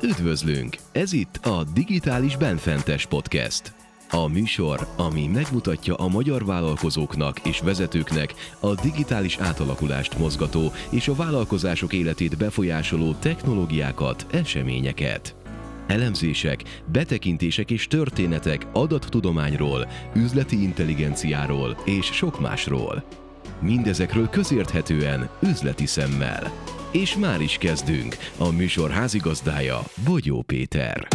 Üdvözlünk! Ez itt a Digitális Benfentes Podcast. A műsor, ami megmutatja a magyar vállalkozóknak és vezetőknek a digitális átalakulást mozgató és a vállalkozások életét befolyásoló technológiákat, eseményeket. Elemzések, betekintések és történetek adattudományról, üzleti intelligenciáról és sok másról. Mindezekről közérthetően, üzleti szemmel. És már is kezdünk. A műsor házigazdája Bogyó Péter.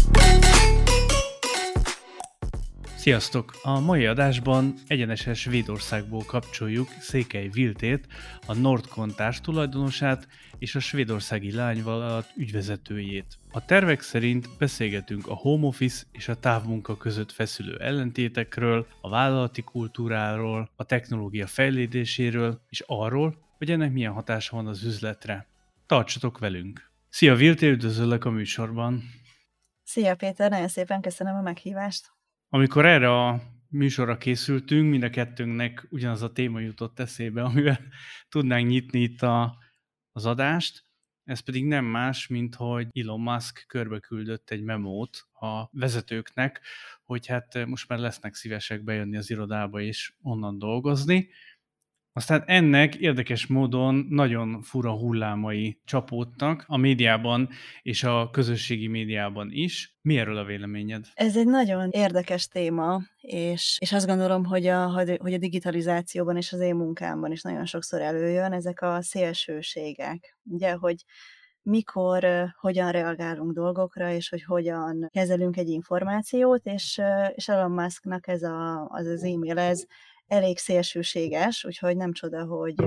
Sziasztok! A mai adásban egyenesen Svédországból kapcsoljuk Székely Viltét, a Nordcon társtulajdonosát és a svédországi lányvállalat ügyvezetőjét. A tervek szerint beszélgetünk a home office és a távmunka között feszülő ellentétekről, a vállalati kultúráról, a technológia fejlődéséről és arról, hogy ennek milyen hatása van az üzletre. Tartsatok velünk! Szia Vilté, üdvözöllek a műsorban! Szia Péter, nagyon szépen köszönöm a meghívást! Amikor erre a műsorra készültünk, mind a kettőnknek ugyanaz a téma jutott eszébe, amivel tudnánk nyitni itt az adást. Ez pedig nem más, mint hogy Elon Musk körbeküldött egy memót a vezetőknek, hogy hát most már lesznek szívesek bejönni az irodába és onnan dolgozni. Aztán ennek érdekes módon nagyon fura hullámai csapódtak a médiában és a közösségi médiában is. Mi erről a véleményed? Ez egy nagyon érdekes téma, és azt gondolom, hogy a digitalizációban és az én munkámban is nagyon sokszor előjön ezek a szélsőségek. Ugye, hogy mikor, hogyan reagálunk dolgokra, és hogy hogyan kezelünk egy információt, és Elon Musknak ez az e-mail, ez elég szélsőséges, úgyhogy nem csoda,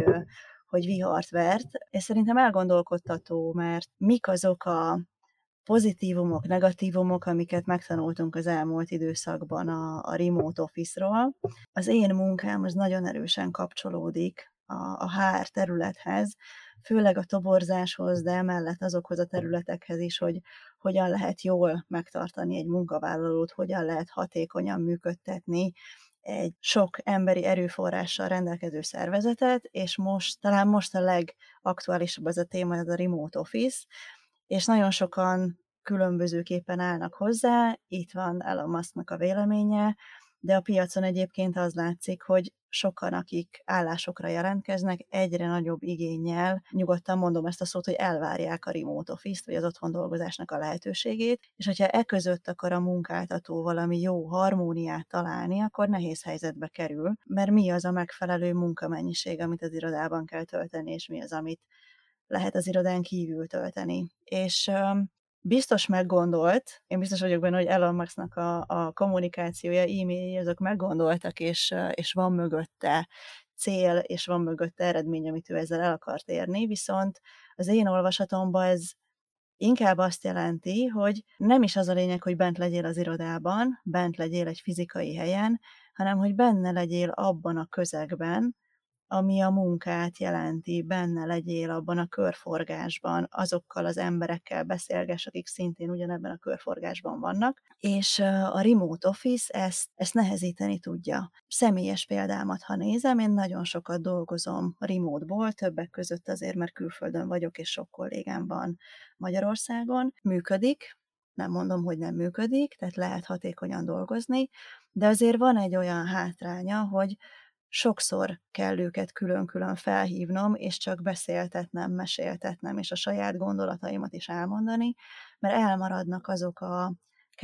hogy vihart vert. És szerintem elgondolkodtató, mert mik azok a pozitívumok, negatívumok, amiket megtanultunk az elmúlt időszakban a remote office-ról. Az én munkám az nagyon erősen kapcsolódik a HR területhez, főleg a toborzáshoz, de emellett azokhoz a területekhez is, hogy hogyan lehet jól megtartani egy munkavállalót, hogyan lehet hatékonyan működtetni egy sok emberi erőforrással rendelkező szervezetet, és talán most a legaktuálisabb ez a téma, ez a remote office, és nagyon sokan különbözőképpen állnak hozzá, itt van Elon Musknak a véleménye, de a piacon egyébként az látszik, hogy sokan, akik állásokra jelentkeznek, egyre nagyobb igénnyel, nyugodtan mondom ezt a szót, hogy elvárják a remote office-t, vagy az otthon dolgozásnak a lehetőségét, és hogyha e között akar a munkáltató valami jó harmóniát találni, akkor nehéz helyzetbe kerül, mert mi az a megfelelő munkamennyiség, amit az irodában kell tölteni, és mi az, amit lehet az irodán kívül tölteni. És biztos meggondolt, én biztos vagyok benne, hogy Elon Musknak a kommunikációja, e-mailjei, azok meggondoltak, és van mögötte cél, és van mögötte eredmény, amit ő ezzel el akart érni, viszont az én olvasatomban ez inkább azt jelenti, hogy nem is az a lényeg, hogy bent legyél az irodában, bent legyél egy fizikai helyen, hanem hogy benne legyél abban a közegben, ami a munkát jelenti, benne legyél abban a körforgásban, azokkal az emberekkel beszélgess, akik szintén ugyanebben a körforgásban vannak, és a remote office ezt nehezíteni tudja. Személyes példámat, ha nézem, én nagyon sokat dolgozom remote-ból, többek között azért, mert külföldön vagyok, és sok kollégám van Magyarországon. Működik, nem mondom, hogy nem működik, tehát lehet hatékonyan dolgozni, de azért van egy olyan hátránya, hogy sokszor kell őket külön-külön felhívnom, és csak beszéltetnem, meséltetnem, és a saját gondolataimat is elmondani, mert elmaradnak azok a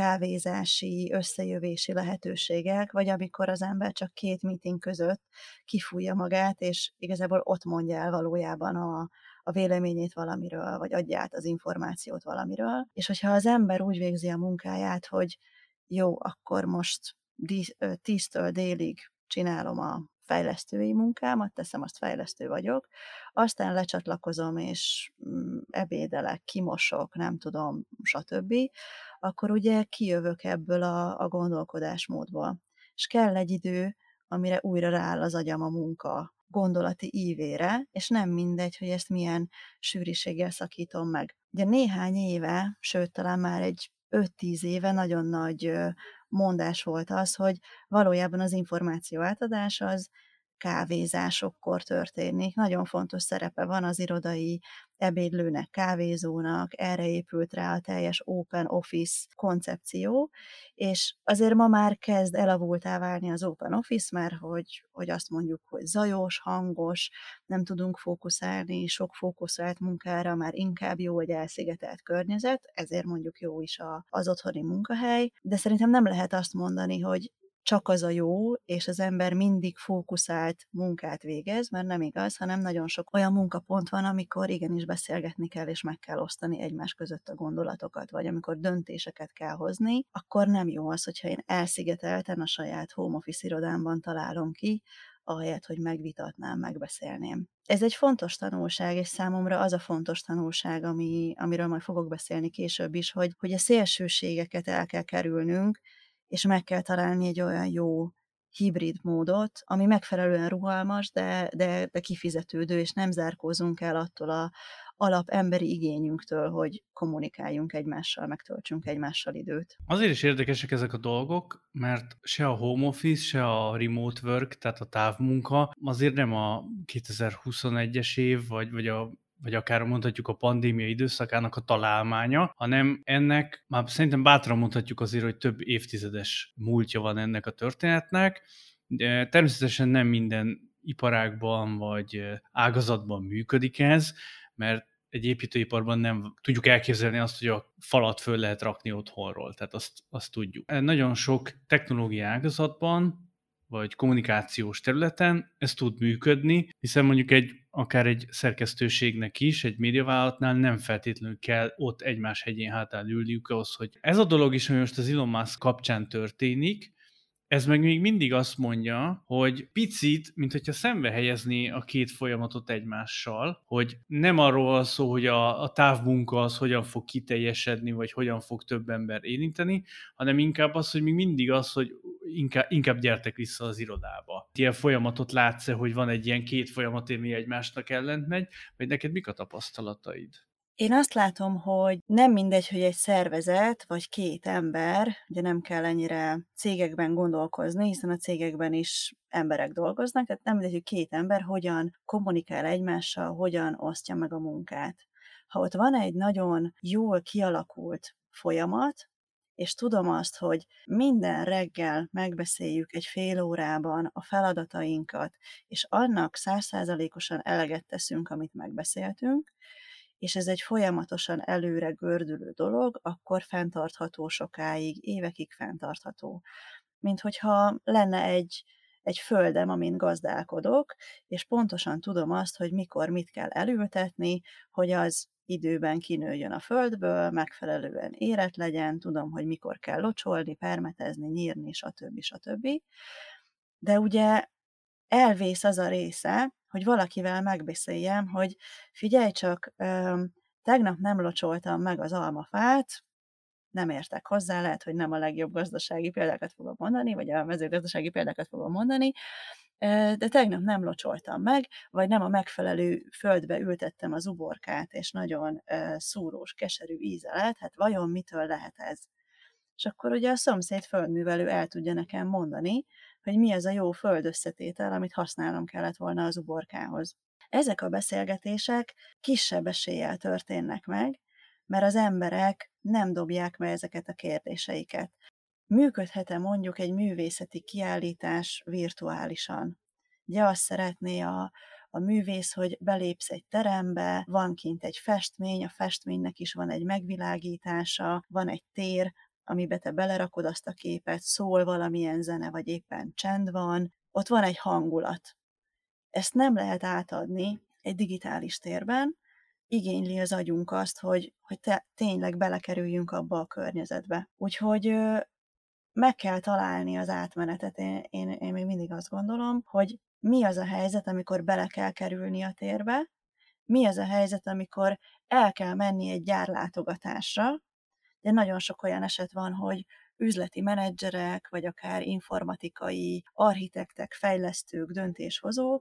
kávézási, összejövési lehetőségek, vagy amikor az ember csak 2 meeting között kifújja magát, és igazából ott mondja el valójában a véleményét valamiről, vagy adja át az információt valamiről. És hogyha az ember úgy végzi a munkáját, hogy jó, akkor most 10-től délig csinálom a fejlesztői munkámat, teszem azt, fejlesztő vagyok, aztán lecsatlakozom, és ebédelek, kimosok, nem tudom, stb., akkor ugye kijövök ebből a gondolkodásmódból. És kell egy idő, amire újra rááll az agyam a munka gondolati ívére, és nem mindegy, hogy ezt milyen sűrűséggel szakítom meg. Ugye néhány éve, sőt, talán már egy 5-10 éve nagyon nagy mondás volt az, hogy valójában az információ átadás az kávézásokkor történik. Nagyon fontos szerepe van az irodai ebédlőnek, kávézónak, erre épült rá a teljes open office koncepció, és azért ma már kezd elavultá válni az open office, mert hogy azt mondjuk, hogy zajos, hangos, nem tudunk fókuszálni, sok fókuszált munkára már inkább jó egy elszigetelt környezet, ezért mondjuk jó is az otthoni munkahely, de szerintem nem lehet azt mondani, hogy csak az a jó, és az ember mindig fókuszált munkát végez, mert nem igaz, hanem nagyon sok olyan munkapont van, amikor igenis beszélgetni kell, és meg kell osztani egymás között a gondolatokat, vagy amikor döntéseket kell hozni, akkor nem jó az, hogyha én elszigetelten a saját home office irodámban találom ki, ahelyett, hogy megvitatnám, megbeszélném. Ez egy fontos tanulság, és számomra az a fontos tanulság, amiről majd fogok beszélni később is, hogy a szélsőségeket el kell kerülnünk, és meg kell találni egy olyan jó hibrid módot, ami megfelelően rugalmas, de kifizetődő, és nem zárkózunk el attól a alap emberi igényünktől, hogy kommunikáljunk egymással, megtöltsünk egymással időt. Azért is érdekesek ezek a dolgok, mert se a home office, se a remote work, tehát a távmunka azért nem a 2021-es év, vagy akár mondhatjuk a pandémia időszakának a találmánya, hanem ennek már szerintem bátran mondhatjuk azért, hogy több évtizedes múltja van ennek a történetnek, de természetesen nem minden iparágban vagy ágazatban működik ez, mert egy építőiparban nem tudjuk elképzelni azt, hogy a falat föl lehet rakni otthonról, tehát azt tudjuk. Nagyon sok technológiai ágazatban, vagy kommunikációs területen ez tud működni, hiszen mondjuk akár egy szerkesztőségnek is, egy médiavállalatnál nem feltétlenül kell ott egymás hegyén hátán ülniük ahhoz, hogy ez a dolog is, ami most az Elon Musk kapcsán történik, ez meg még mindig azt mondja, hogy picit, mint hogyha szembe helyezni a két folyamatot egymással, hogy nem arról van szó, hogy a távmunka az hogyan fog kiteljesedni, vagy hogyan fog több ember érinteni, hanem inkább az, hogy még mindig az, hogy inkább gyertek vissza az irodába. Ilyen folyamatot látsz-e, hogy van egy ilyen két folyamat, ami egymásnak ellent megy, vagy neked mik a tapasztalataid? Én azt látom, hogy nem mindegy, hogy egy szervezet vagy két ember, ugye nem kell ennyire cégekben gondolkozni, hiszen a cégekben is emberek dolgoznak, tehát nem mindegy, hogy két ember hogyan kommunikál egymással, hogyan osztja meg a munkát. Ha ott van egy nagyon jól kialakult folyamat, és tudom azt, hogy minden reggel megbeszéljük egy fél órában a feladatainkat, és annak 100%-osan eleget teszünk, amit megbeszéltünk, és ez egy folyamatosan előre gördülő dolog, akkor fenntartható sokáig, évekig fenntartható. Mint hogyha lenne egy földem, amin gazdálkodok, és pontosan tudom azt, hogy mikor mit kell elültetni, hogy az időben kinőjön a földből, megfelelően érett legyen, tudom, hogy mikor kell locsolni, permetezni, nyírni, stb. Stb. De ugye elvész az a része, hogy valakivel megbeszéljem, hogy figyelj csak, tegnap nem locsoltam meg az almafát, nem értek hozzá, lehet, hogy nem a legjobb gazdasági példákat fogom mondani, vagy a mezőgazdasági példákat fogom mondani, de tegnap nem locsoltam meg, vagy nem a megfelelő földbe ültettem az uborkát, és nagyon szúrós, keserű íze lett, hát vajon mitől lehet ez? És akkor ugye a szomszéd földművelő el tudja nekem mondani, hogy mi az a jó földösszetétel, amit használnom kellett volna az uborkához. Ezek a beszélgetések kisebb eséllyel történnek meg, mert az emberek nem dobják be ezeket a kérdéseiket. Működhet-e mondjuk egy művészeti kiállítás virtuálisan? Ugye azt szeretné a művész, hogy belépsz egy terembe, van kint egy festmény, a festménynek is van egy megvilágítása, van egy tér, amibe te belerakod azt a képet, szól valamilyen zene, vagy éppen csend van, ott van egy hangulat. Ezt nem lehet átadni egy digitális térben, igényli az agyunk azt, hogy tényleg belekerüljünk abba a környezetbe. Úgyhogy meg kell találni az átmenetet. Én még mindig azt gondolom, hogy mi az a helyzet, amikor bele kell kerülni a térbe, mi az a helyzet, amikor el kell menni egy gyárlátogatásra, de nagyon sok olyan eset van, hogy üzleti menedzserek, vagy akár informatikai architektek, fejlesztők, döntéshozók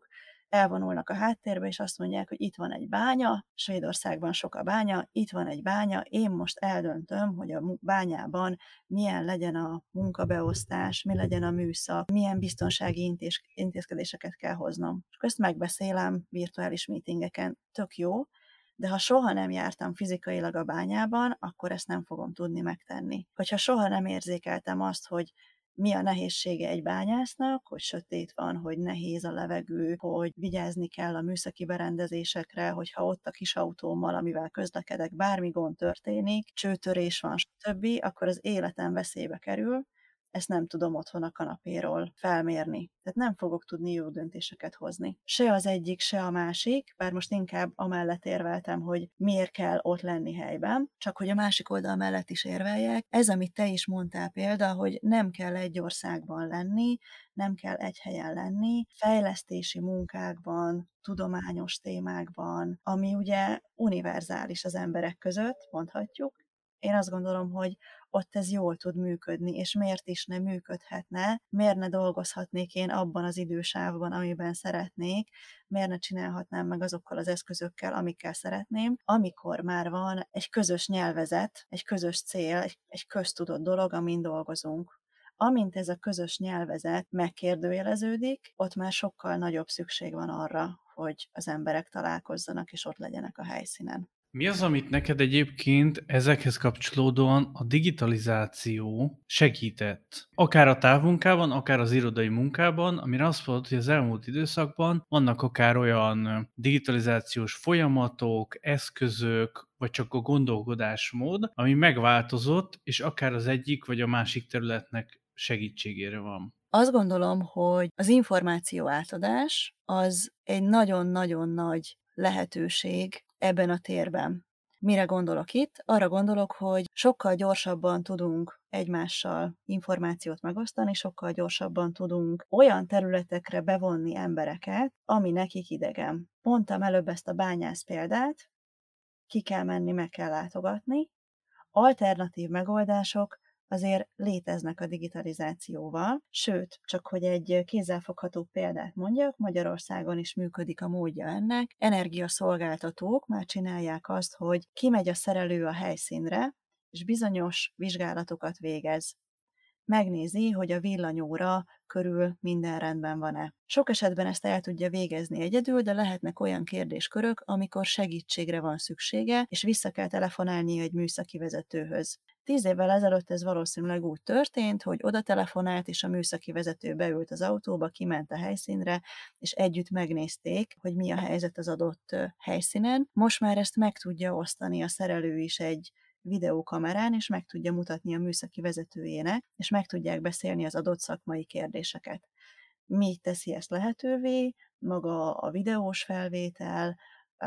elvonulnak a háttérbe, és azt mondják, hogy itt van egy bánya, Svédországban sok a bánya, itt van egy bánya, én most eldöntöm, hogy a bányában milyen legyen a munkabeosztás, mi legyen a műszak, milyen biztonsági intézkedéseket kell hoznom. És ezt megbeszélem virtuális meetingeken, tök jó, de ha soha nem jártam fizikailag a bányában, akkor ezt nem fogom tudni megtenni. Hogyha soha nem érzékeltem azt, hogy mi a nehézsége egy bányásznak, hogy sötét van, hogy nehéz a levegő, hogy vigyázni kell a műszaki berendezésekre, hogyha ott a kis autómmal, amivel közlekedek, bármi gond történik, csőtörés van, stb., akkor az életem veszélybe kerül, ezt nem tudom otthon a kanapéról felmérni. Tehát nem fogok tudni jó döntéseket hozni. Se az egyik, se a másik, bár most inkább amellett érveltem, hogy miért kell ott lenni helyben, csak hogy a másik oldal mellett is érveljek. Ez, amit te is mondtál példa, hogy nem kell egy országban lenni, nem kell egy helyen lenni, fejlesztési munkákban, tudományos témákban, ami ugye univerzális az emberek között, mondhatjuk. Én azt gondolom, hogy ott ez jól tud működni, és miért is ne működhetne, miért ne dolgozhatnék én abban az idősávban, amiben szeretnék, miért ne csinálhatnám meg azokkal az eszközökkel, amikkel szeretném, amikor már van egy közös nyelvezet, egy közös cél, egy köztudott dolog, amin dolgozunk. Amint ez a közös nyelvezet megkérdőjeleződik, ott már sokkal nagyobb szükség van arra, hogy az emberek találkozzanak és ott legyenek a helyszínen. Mi az, amit neked egyébként ezekhez kapcsolódóan a digitalizáció segített? Akár a távmunkában, akár az irodai munkában, amire azt mondod, hogy az elmúlt időszakban vannak akár olyan digitalizációs folyamatok, eszközök, vagy csak a gondolkodásmód, ami megváltozott, és akár az egyik vagy a másik területnek segítségére van. Azt gondolom, hogy az információ átadás az egy nagyon-nagyon nagy lehetőség ebben a térben. Mire gondolok itt? Arra gondolok, hogy sokkal gyorsabban tudunk egymással információt megosztani, sokkal gyorsabban tudunk olyan területekre bevonni embereket, ami nekik idegen. Mondtam előbb ezt a bányász példát, ki kell menni, meg kell látogatni. Alternatív megoldások azért léteznek a digitalizációval, sőt, csak hogy egy kézzelfogható példát mondjak, Magyarországon is működik a módja ennek. Energiaszolgáltatók már csinálják azt, hogy kimegy a szerelő a helyszínre, és bizonyos vizsgálatokat végez. Megnézi, hogy a villanyóra körül minden rendben van-e. Sok esetben ezt el tudja végezni egyedül, de lehetnek olyan kérdéskörök, amikor segítségre van szüksége, és vissza kell telefonálnia egy műszaki vezetőhöz. 10 évvel ezelőtt ez valószínűleg úgy történt, hogy oda telefonált, és a műszaki vezető beült az autóba, kiment a helyszínre, és együtt megnézték, hogy mi a helyzet az adott helyszínen. Most már ezt meg tudja osztani a szerelő is egy videókamerán, és meg tudja mutatni a műszaki vezetőjének, és meg tudják beszélni az adott szakmai kérdéseket. Mi teszi ezt lehetővé? Maga a videós felvétel,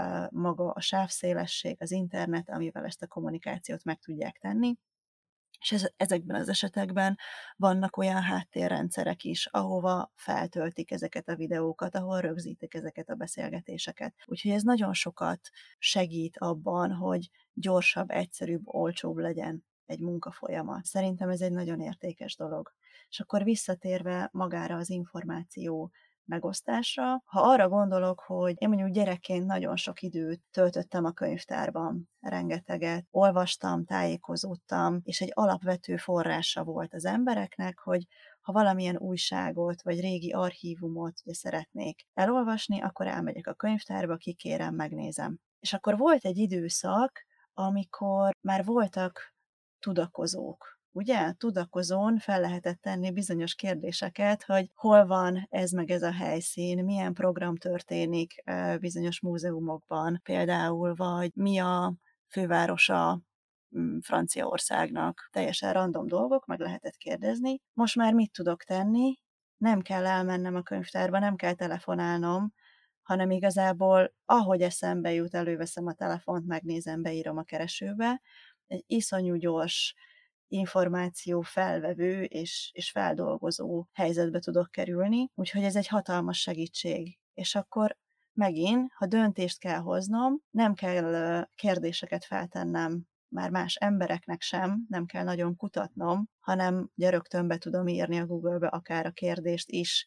maga a sávszélesség, az internet, amivel ezt a kommunikációt meg tudják tenni. És ezekben az esetekben vannak olyan háttérrendszerek is, ahova feltöltik ezeket a videókat, ahol rögzítik ezeket a beszélgetéseket. Úgyhogy ez nagyon sokat segít abban, hogy gyorsabb, egyszerűbb, olcsóbb legyen egy munkafolyamat. Szerintem ez egy nagyon értékes dolog. És akkor visszatérve magára az információ megosztásra. Ha arra gondolok, hogy én mondjuk gyerekként nagyon sok időt töltöttem a könyvtárban, rengeteget olvastam, tájékozódtam, és egy alapvető forrása volt az embereknek, hogy ha valamilyen újságot vagy régi archívumot ugye szeretnék elolvasni, akkor elmegyek a könyvtárba, kikérem, megnézem. És akkor volt egy időszak, amikor már voltak tudakozók. Ugye? Tudakozón fel lehetett tenni bizonyos kérdéseket, hogy hol van ez meg ez a helyszín, milyen program történik bizonyos múzeumokban például, vagy mi a fővárosa Franciaországnak. Teljesen random dolgok, meg lehetett kérdezni. Most már mit tudok tenni? Nem kell elmennem a könyvtárba, nem kell telefonálnom, hanem igazából ahogy eszembe jut, előveszem a telefont, megnézem, beírom a keresőbe. Egy iszonyú gyors információ felvevő és feldolgozó helyzetbe tudok kerülni, úgyhogy ez egy hatalmas segítség. És akkor megint, ha döntést kell hoznom, nem kell kérdéseket feltennem már más embereknek sem, nem kell nagyon kutatnom, hanem ugye rögtön be tudom írni a Google-be akár a kérdést is,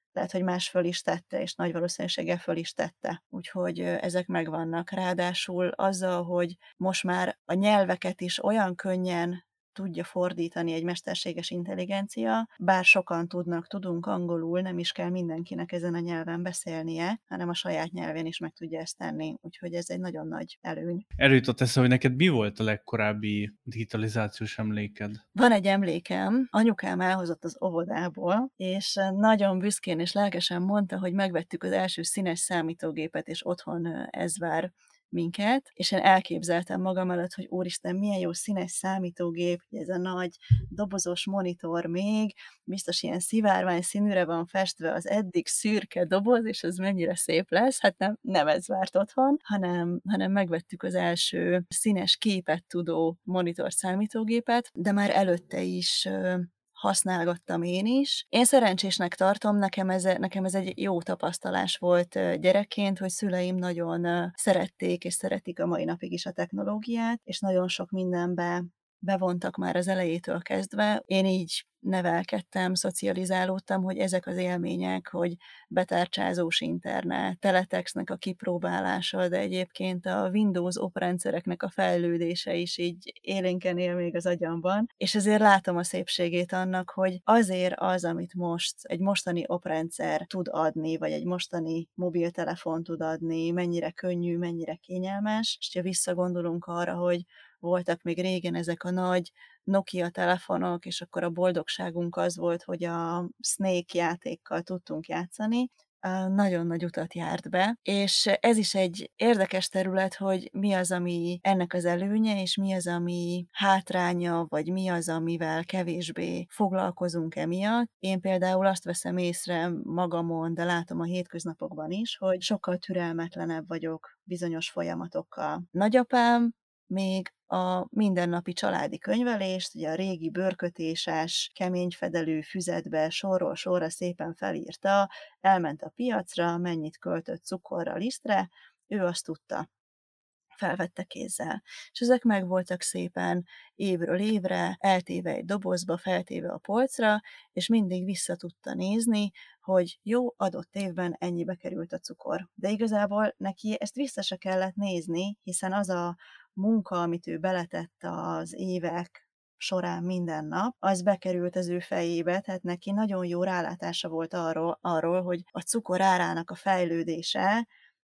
lehet, hogy más föl is tette, és nagy valószínűséggel föl is tette. Úgyhogy ezek megvannak. Ráadásul azzal, hogy most már a nyelveket is olyan könnyen tudja fordítani egy mesterséges intelligencia, bár sokan tudunk angolul, nem is kell mindenkinek ezen a nyelven beszélnie, hanem a saját nyelvén is meg tudja ezt tenni. Úgyhogy ez egy nagyon nagy előny. Erről jutott eszembe, hogy neked mi volt a legkorábbi digitalizációs emléked? Van egy emlékem, anyukám elhozott az óvodából, és nagyon büszkén és lelkesen mondta, hogy megvettük az első színes számítógépet, és otthon ez vár minket, és én elképzeltem magam előtt, hogy úristen, milyen jó színes számítógép, hogy ez a nagy dobozos monitor még, biztos ilyen szivárvány színűre van festve az eddig szürke doboz, és ez mennyire szép lesz. Hát nem ez várt otthon, hanem megvettük az első színes képet tudó monitor számítógépet, de már előtte is használgattam én is. Én szerencsésnek tartom, nekem ez egy jó tapasztalás volt gyerekként, hogy szüleim nagyon szerették és szeretik a mai napig is a technológiát, és nagyon sok mindenbe bevontak már az elejétől kezdve. Én így nevelkedtem, szocializálódtam, hogy ezek az élmények, hogy betárcsázós internet, teletextnek a kipróbálása, de egyébként a Windows oprendszereknek a fejlődése is így élénken él még az agyamban, és ezért látom a szépségét annak, hogy azért az, amit most egy mostani oprendszer tud adni, vagy egy mostani mobiltelefon tud adni, mennyire könnyű, mennyire kényelmes, és ha visszagondolunk arra, hogy voltak még régen ezek a nagy Nokia telefonok, és akkor a boldogságunk az volt, hogy a Snake játékkal tudtunk játszani, nagyon nagy utat járt be, és ez is egy érdekes terület, hogy mi az, ami ennek az előnye, és mi az, ami hátránya, vagy mi az, amivel kevésbé foglalkozunk emiatt. Én például azt veszem észre magamon, de látom a hétköznapokban is, hogy sokkal türelmetlenebb vagyok bizonyos folyamatokkal. Nagyapám még a mindennapi családi könyvelést, ugye a régi bőrkötéses, keményfedelű füzetbe sorról sorra szépen felírta, elment a piacra, mennyit költött cukorra, lisztre, ő azt tudta, felvette kézzel. És ezek meg voltak szépen évről évre, eltéve egy dobozba, feltéve a polcra, és mindig vissza tudta nézni, hogy jó, adott évben ennyibe került a cukor. De igazából neki ezt vissza se kellett nézni, hiszen az a munka, amit ő beletett az évek során minden nap, az bekerült az ő fejébe, tehát neki nagyon jó rálátása volt arról, hogy a cukor árának a fejlődése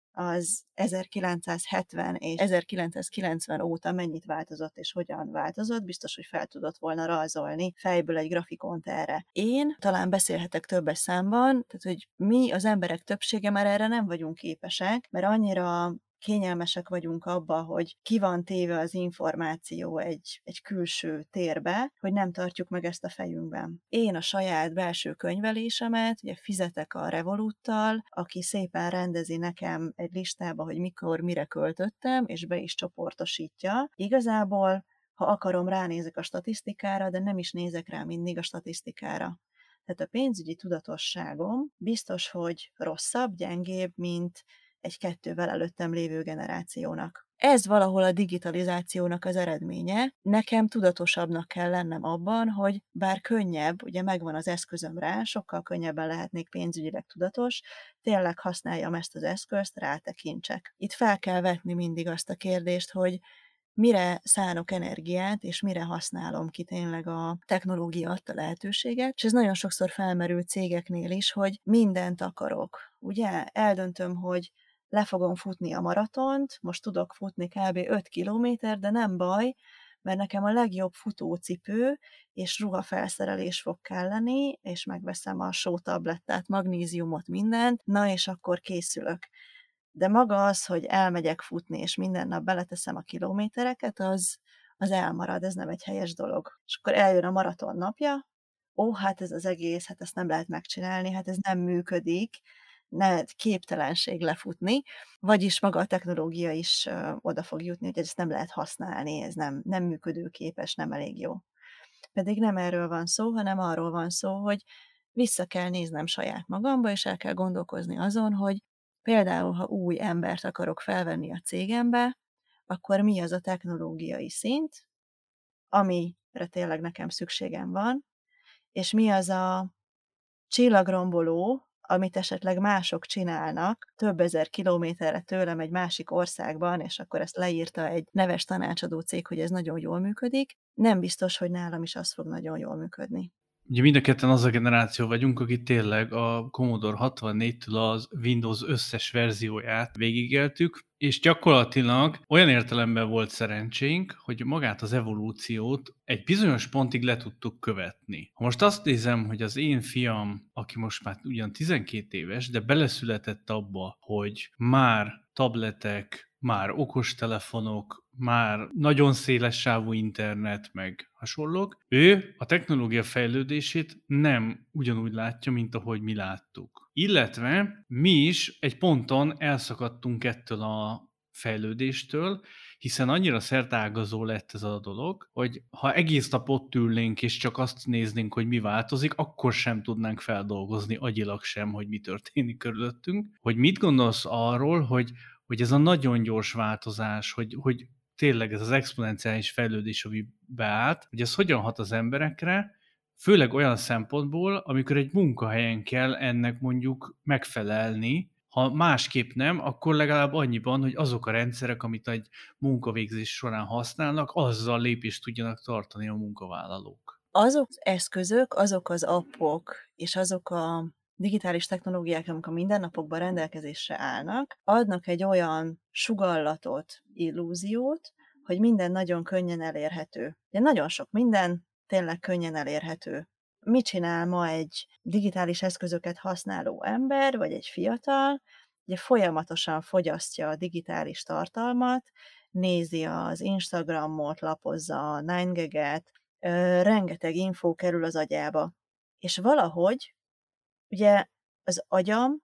az 1970 és 1990 óta mennyit változott és hogyan változott, biztos, hogy fel tudott volna rajzolni fejből egy grafikont erre. Én talán beszélhetek többes számban, tehát hogy mi az emberek többsége már erre nem vagyunk képesek, mert annyira kényelmesek vagyunk abba, hogy ki van téve az információ egy külső térbe, hogy nem tartjuk meg ezt a fejünkben. Én a saját belső könyvelésemet, ugye fizetek a Revoluttal, aki szépen rendezi nekem egy listába, hogy mikor, mire költöttem, és be is csoportosítja. Igazából, ha akarom, ránézek a statisztikára, de nem is nézek rá mindig a statisztikára. Tehát a pénzügyi tudatosságom biztos, hogy rosszabb, gyengébb, mint egy 2-vel előttem lévő generációnak. Ez valahol a digitalizációnak az eredménye. Nekem tudatosabbnak kell lennem abban, hogy bár könnyebb, ugye megvan az eszközöm rá, sokkal könnyebben lehetnék pénzügyileg tudatos, tényleg használjam ezt az eszközt, rátekintsek. Itt fel kell vetni mindig azt a kérdést, hogy mire szánok energiát, és mire használom ki tényleg a technológia adta lehetőséget, és ez nagyon sokszor felmerül cégeknél is, hogy mindent akarok. Ugye eldöntöm, hogy le fogom futni a maratont, most tudok futni kb. 5 kilométer, de nem baj, mert nekem a legjobb futócipő és ruhafelszerelés fog kelleni, és megveszem a sótablettát, magnéziumot, mindent, na és akkor készülök. De maga az, hogy elmegyek futni, és minden nap beleteszem a kilométereket, az elmarad, ez nem egy helyes dolog. És akkor eljön a maraton napja, hát ez az egész, hát ezt nem lehet megcsinálni, hát ez nem működik, képtelenség lefutni, vagyis maga a technológia is oda fog jutni, hogy ezt nem lehet használni, ez nem működőképes, nem elég jó. Pedig nem erről van szó, hanem arról van szó, hogy vissza kell néznem saját magamba, és el kell gondolkozni azon, hogy például, ha új embert akarok felvenni a cégembe, akkor mi az a technológiai szint, amire tényleg nekem szükségem van, és mi az a csillagromboló, amit esetleg mások csinálnak, több ezer kilométerre tőlem egy másik országban, és akkor ezt leírta egy neves tanácsadó cég, hogy ez nagyon jól működik, nem biztos, hogy nálam is az fog nagyon jól működni. Ugye mind a ketten az a generáció vagyunk, aki tényleg a Commodore 64-től az Windows összes verzióját végigéltük, és gyakorlatilag olyan értelemben volt szerencsénk, hogy magát az evolúciót egy bizonyos pontig le tudtuk követni. Ha most azt nézem, hogy az én fiam, aki most már ugyan 12 éves, de beleszületett abba, hogy már tabletek, már okostelefonok, már nagyon széles sávú internet, meg hasonlók. Ő a technológia fejlődését nem ugyanúgy látja, mint ahogy mi láttuk. Illetve mi is egy ponton elszakadtunk ettől a fejlődéstől, hiszen annyira szerteágazó lett ez a dolog, hogy ha egész nap ott ülnénk és csak azt néznénk, hogy mi változik, akkor sem tudnánk feldolgozni agyilag sem, hogy mi történik körülöttünk. Hogy mit gondolsz arról, hogy ez a nagyon gyors változás, hogy tényleg ez az exponenciális fejlődés, ami beállt, hogy ez hogyan hat az emberekre, főleg olyan szempontból, amikor egy munkahelyen kell ennek mondjuk megfelelni, ha másképp nem, akkor legalább annyiban, hogy azok a rendszerek, amit egy munkavégzés során használnak, azzal lépést tudjanak tartani a munkavállalók. Azok az eszközök, azok az appok, és azok a digitális technológiák, amik a mindennapokban rendelkezésre állnak, adnak egy olyan sugallatot, illúziót, hogy minden nagyon könnyen elérhető. De nagyon sok minden tényleg könnyen elérhető. Mit csinál ma egy digitális eszközöket használó ember, vagy egy fiatal? Ugye folyamatosan fogyasztja a digitális tartalmat, nézi az Instagramot, lapozza a 9gag-et, rengeteg infó kerül az agyába. És valahogy, ugye az agyam,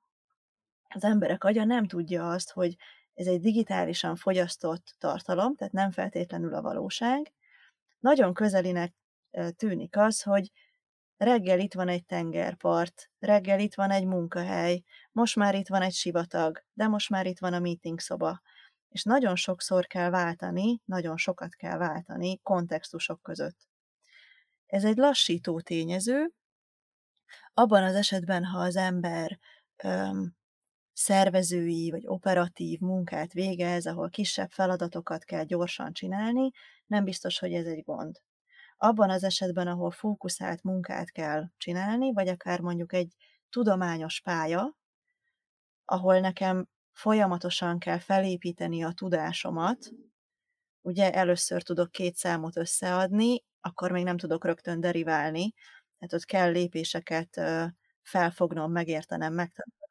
az emberek agya nem tudja azt, hogy ez egy digitálisan fogyasztott tartalom, tehát nem feltétlenül a valóság. Nagyon közelinek tűnik az, hogy reggel itt van egy tengerpart, reggel itt van egy munkahely, most már itt van egy sivatag, de most már itt van a meeting szoba. És nagyon sokszor kell váltani, nagyon sokat kell váltani kontextusok között. Ez egy lassító tényező, abban az esetben, ha az ember szervezői vagy operatív munkát végez, ahol kisebb feladatokat kell gyorsan csinálni, nem biztos, hogy ez egy gond. Abban az esetben, ahol fókuszált munkát kell csinálni, vagy akár mondjuk egy tudományos pálya, ahol nekem folyamatosan kell felépíteni a tudásomat, ugye először tudok 2 számot összeadni, akkor még nem tudok rögtön deriválni, tehát ott kell lépéseket felfognom, megértenem, megtanuljam.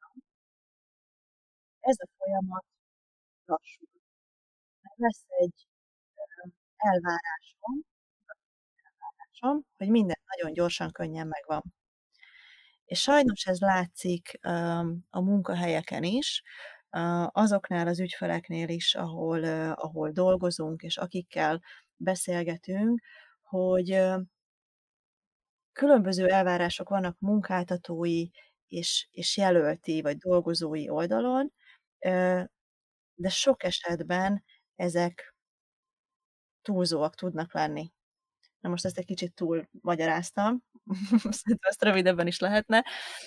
Ez a folyamat lassul. Lesz egy elvárásom, hogy minden nagyon gyorsan, könnyen megvan. És sajnos ez látszik a munkahelyeken is, azoknál az ügyfeleknél is, ahol dolgozunk, és akikkel beszélgetünk, hogy különböző elvárások vannak munkáltatói és jelölti vagy dolgozói oldalon, de sok esetben ezek túlzóak tudnak lenni. Na most ezt egy kicsit túl magyaráztam, szerintem ezt rövidebben is lehetne.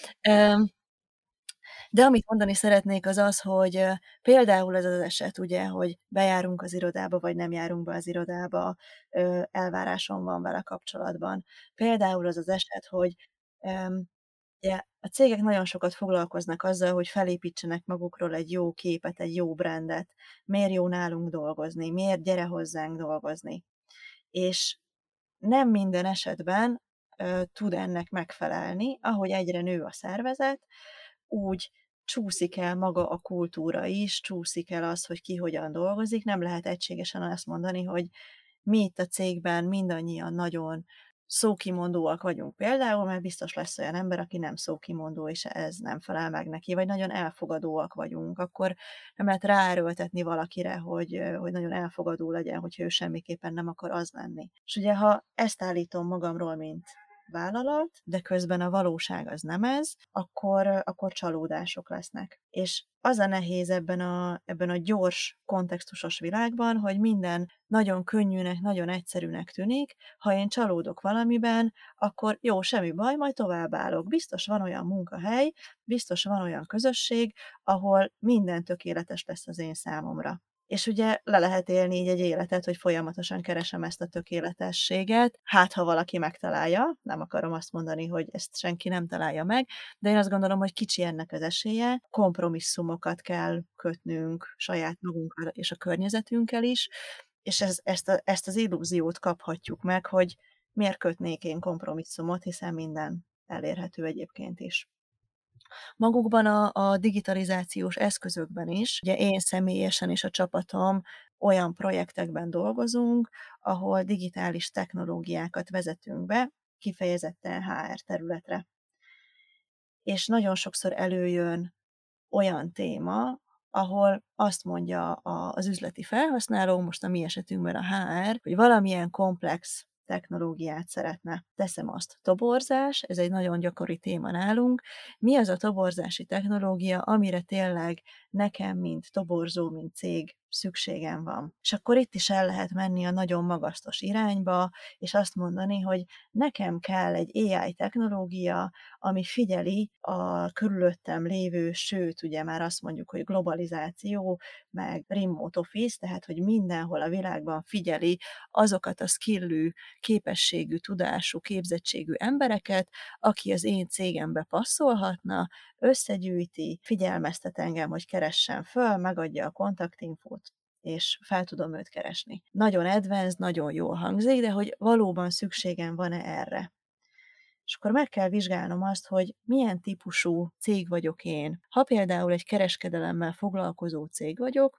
De amit mondani szeretnék az az, hogy például ez az eset ugye, hogy bejárunk az irodába, vagy nem járunk be az irodába, elvárásom van vele kapcsolatban. Például az az eset, hogy ugye a cégek nagyon sokat foglalkoznak azzal, hogy felépítsenek magukról egy jó képet, egy jó brandet. Miért jó nálunk dolgozni, miért gyere hozzánk dolgozni. És nem minden esetben tud ennek megfelelni, ahogy egyre nő a szervezet, úgy csúszik el maga a kultúra is, csúszik el az, hogy ki hogyan dolgozik, nem lehet egységesen azt mondani, hogy mi itt a cégben mindannyian nagyon szókimondóak vagyunk például, mert biztos lesz olyan ember, aki nem szókimondó, és ez nem felel meg neki, vagy nagyon elfogadóak vagyunk, akkor nem lehet ráerőltetni valakire, hogy nagyon elfogadó legyen, hogyha ő semmiképpen nem akar az lenni. És ugye, ha ezt állítom magamról, mint vállalat, de közben a valóság az nem ez, akkor csalódások lesznek. És az a nehéz ebben a gyors, kontextusos világban, hogy minden nagyon könnyűnek, nagyon egyszerűnek tűnik. Ha én csalódok valamiben, akkor jó, semmi baj, majd továbbállok. Biztos van olyan munkahely, biztos van olyan közösség, ahol minden tökéletes lesz az én számomra. És ugye le lehet élni így egy életet, hogy folyamatosan keresem ezt a tökéletességet, hát ha valaki megtalálja, nem akarom azt mondani, hogy ezt senki nem találja meg, de én azt gondolom, hogy kicsi ennek az esélye, kompromisszumokat kell kötnünk saját magunkkal és a környezetünkkel is, és ezt az illúziót kaphatjuk meg, hogy miért kötnék én kompromisszumot, hiszen minden elérhető egyébként is. Magukban a digitalizációs eszközökben is, ugye én személyesen és a csapatom olyan projektekben dolgozunk, ahol digitális technológiákat vezetünk be, kifejezetten HR területre. És nagyon sokszor előjön olyan téma, ahol azt mondja az üzleti felhasználó, most a mi esetünkben a HR, hogy valamilyen komplex technológiát szeretne. Teszem azt, toborzás, ez egy nagyon gyakori téma nálunk. Mi az a toborzási technológia, amire tényleg nekem, mint toborzó, mint cég szükségem van. És akkor itt is el lehet menni a nagyon magasztos irányba, és azt mondani, hogy nekem kell egy AI technológia, ami figyeli a körülöttem lévő, sőt, ugye már azt mondjuk, hogy globalizáció, meg remote office, tehát, hogy mindenhol a világban figyeli azokat a skillű, képességű, tudású, képzettségű embereket, aki az én cégembe passzolhatna, összegyűjti, figyelmeztet engem, hogy keressen föl, megadja a kontaktinfót, és fel tudom őt keresni. Nagyon advanced, nagyon jól hangzik, de hogy valóban szükségem van-e erre? És akkor meg kell vizsgálnom azt, hogy milyen típusú cég vagyok én. Ha például egy kereskedelemmel foglalkozó cég vagyok,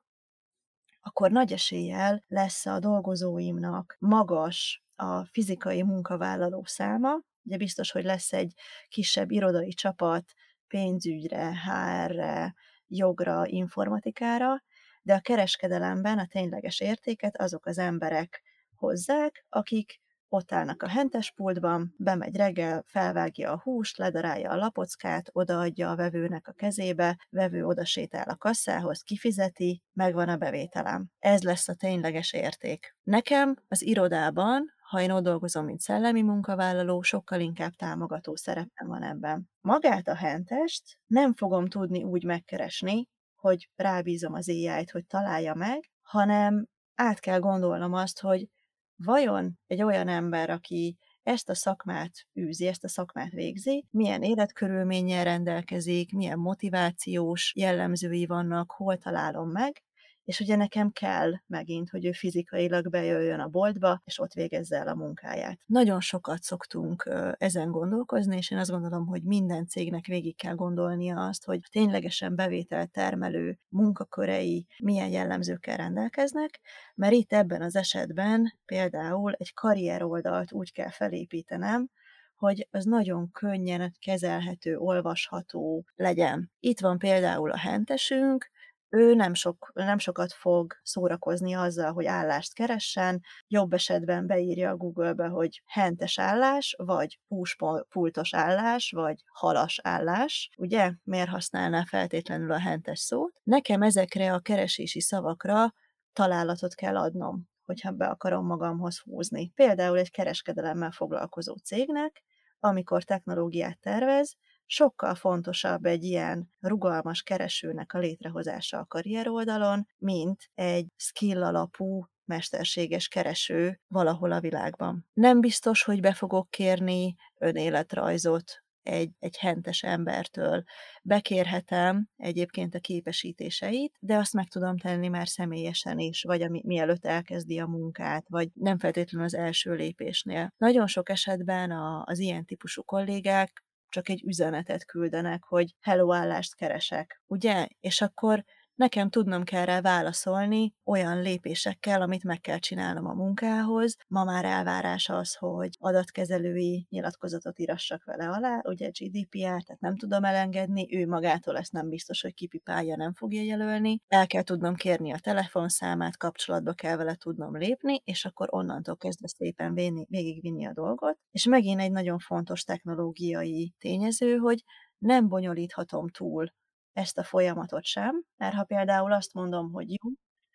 akkor nagy eséllyel lesz a dolgozóimnak magas a fizikai munkavállaló száma. Ugye biztos, hogy lesz egy kisebb irodai csapat pénzügyre, HR-re, jogra, informatikára, de a kereskedelemben a tényleges értéket azok az emberek hozzák, akik ott állnak a hentespultban, bemegy reggel, felvágja a húst, ledarálja a lapockát, odaadja a vevőnek a kezébe, vevő odasétál a kasszához, kifizeti, megvan a bevételem. Ez lesz a tényleges érték. Nekem az irodában, ha én ott dolgozom, mint szellemi munkavállaló, sokkal inkább támogató szerepem van ebben. Magát a hentest nem fogom tudni úgy megkeresni, hogy rábízom az AI-t, hogy találja meg, hanem át kell gondolnom azt, hogy vajon egy olyan ember, aki ezt a szakmát űzi, ezt a szakmát végzi, milyen életkörülménnyel rendelkezik, milyen motivációs jellemzői vannak, hol találom meg, és ugye nekem kell megint, hogy ő fizikailag bejöjjön a boltba, és ott végezze el a munkáját. Nagyon sokat szoktunk ezen gondolkozni, és én azt gondolom, hogy minden cégnek végig kell gondolnia azt, hogy ténylegesen bevételt termelő munkakörei milyen jellemzőkkel rendelkeznek, mert itt ebben az esetben például egy karrieroldalt úgy kell felépítenem, hogy az nagyon könnyen kezelhető, olvasható legyen. Itt van például a hentesünk, ő nem sokat fog szórakozni azzal, hogy állást keressen, jobb esetben beírja a Google-be, hogy hentes állás, vagy húspultos állás, vagy halas állás. Ugye? Miért használná feltétlenül a hentes szót? Nekem ezekre a keresési szavakra találatot kell adnom, hogyha be akarom magamhoz húzni. Például egy kereskedelemmel foglalkozó cégnek, amikor technológiát tervez, sokkal fontosabb egy ilyen rugalmas keresőnek a létrehozása a karrieroldalon, mint egy skill alapú, mesterséges kereső valahol a világban. Nem biztos, hogy be fogok kérni önéletrajzot egy hentes embertől. Bekérhetem egyébként a képesítéseit, de azt meg tudom tenni már személyesen is, vagy mielőtt elkezdi a munkát, vagy nem feltétlenül az első lépésnél. Nagyon sok esetben az ilyen típusú kollégák csak egy üzenetet küldenek, hogy hello, állást keresek, ugye? És akkor nekem tudnom kell rá válaszolni olyan lépésekkel, amit meg kell csinálnom a munkához. Ma már elvárás az, hogy adatkezelői nyilatkozatot írassak vele alá, ugye GDPR, tehát nem tudom elengedni, ő magától ezt nem biztos, hogy kipipálja, nem fogja jelölni. El kell tudnom kérni a telefonszámát, kapcsolatba kell vele tudnom lépni, és akkor onnantól kezdve szépen végigvinni a dolgot. És megint egy nagyon fontos technológiai tényező, hogy nem bonyolíthatom túl ezt a folyamatot sem, mert ha például azt mondom, hogy jó,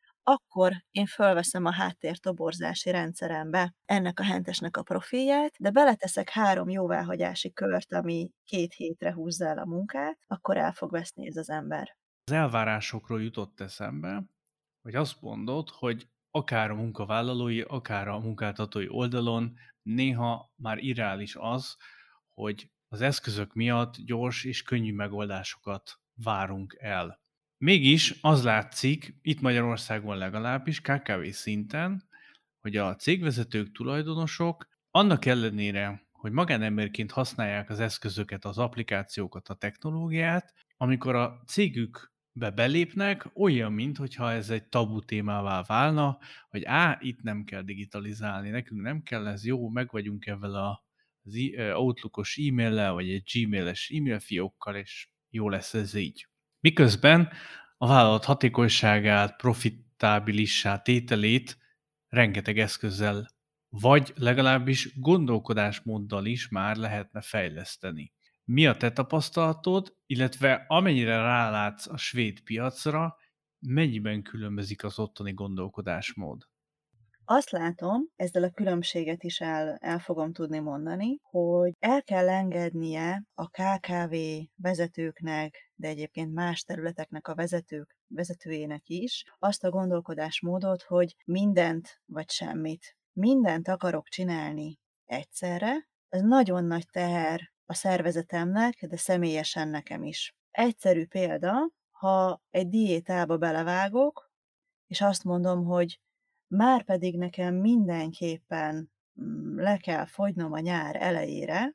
akkor én fölveszem a háttértoborzási rendszerembe ennek a hentesnek a profilját, de beleteszek 3 jóváhagyási kört, ami 2 hétre húzza el a munkát, akkor el fog veszni ez az ember. Az elvárásokról jutott eszembe, hogy azt mondod, hogy akár a munkavállalói, akár a munkáltatói oldalon néha már irreális az, hogy az eszközök miatt gyors és könnyű megoldásokat várunk el. Mégis az látszik, itt Magyarországon legalábbis, KKV szinten, hogy a cégvezetők, tulajdonosok annak ellenére, hogy magánemberként használják az eszközöket, az applikációkat, a technológiát, amikor a cégükbe belépnek, olyan, mintha ez egy tabu témává válna, hogy itt nem kell digitalizálni, nekünk nem kell ez, jó, meg vagyunk ezzel az Outlookos e-maillel, vagy egy Gmail-es e-mail fiókkal, és jó lesz ez így. Miközben a vállalat hatékonyságát, profitábilissá tételét rengeteg eszközzel, vagy legalábbis gondolkodásmóddal is már lehetne fejleszteni. Mi a te tapasztalatod, illetve amennyire rálátsz a svéd piacra, mennyiben különbözik az ottani gondolkodásmód? Azt látom, ezzel a különbséget is el fogom tudni mondani, hogy el kell engednie a KKV vezetőknek, de egyébként más területeknek a vezetőjének is azt a gondolkodásmódot, hogy mindent vagy semmit. Mindent akarok csinálni egyszerre, ez nagyon nagy teher a szervezetemnek, de személyesen nekem is. Egyszerű példa, ha egy diétába belevágok, és azt mondom, hogy márpedig nekem mindenképpen le kell fogynom a nyár elejére,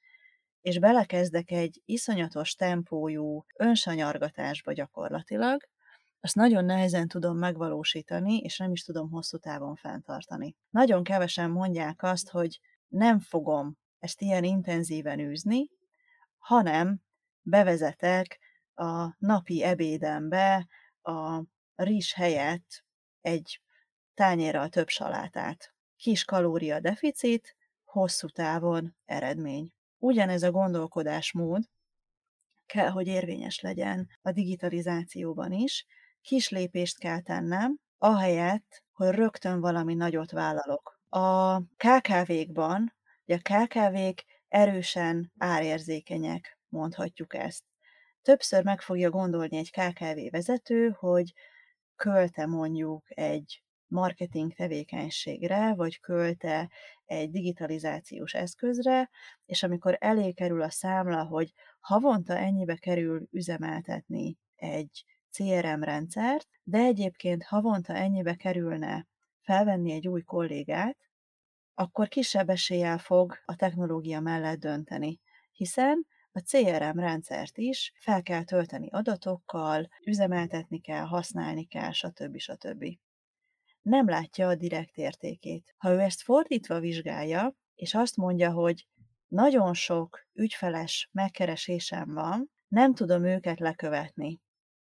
és belekezdek egy iszonyatos tempójú önsanyargatásba gyakorlatilag, azt nagyon nehezen tudom megvalósítani, és nem is tudom hosszú távon fenntartani. Nagyon kevesen mondják azt, hogy nem fogom ezt ilyen intenzíven űzni, hanem bevezetek a napi ebédembe a rizs helyett egy tányérral több salátát. Kis kalória deficit, hosszú távon eredmény. Ugyanez a gondolkodásmód kell, hogy érvényes legyen a digitalizációban is. Kis lépést kell tennem, ahelyett, hogy rögtön valami nagyot vállalok. A KKV-kban, ugye a KKV-k erősen árérzékenyek, mondhatjuk ezt. Többször meg fogja gondolni egy KKV vezető, hogy költ-e mondjuk egy marketing tevékenységre, vagy költ-e egy digitalizációs eszközre, és amikor elé kerül a számla, hogy havonta ennyibe kerül üzemeltetni egy CRM rendszert, de egyébként havonta ennyibe kerülne felvenni egy új kollégát, akkor kisebb eséllyel fog a technológia mellett dönteni, hiszen a CRM rendszert is fel kell tölteni adatokkal, üzemeltetni kell, használni kell, stb. Stb. Nem látja a direkt értékét. Ha ő ezt fordítva vizsgálja, és azt mondja, hogy nagyon sok ügyfeles megkeresésem van, nem tudom őket lekövetni.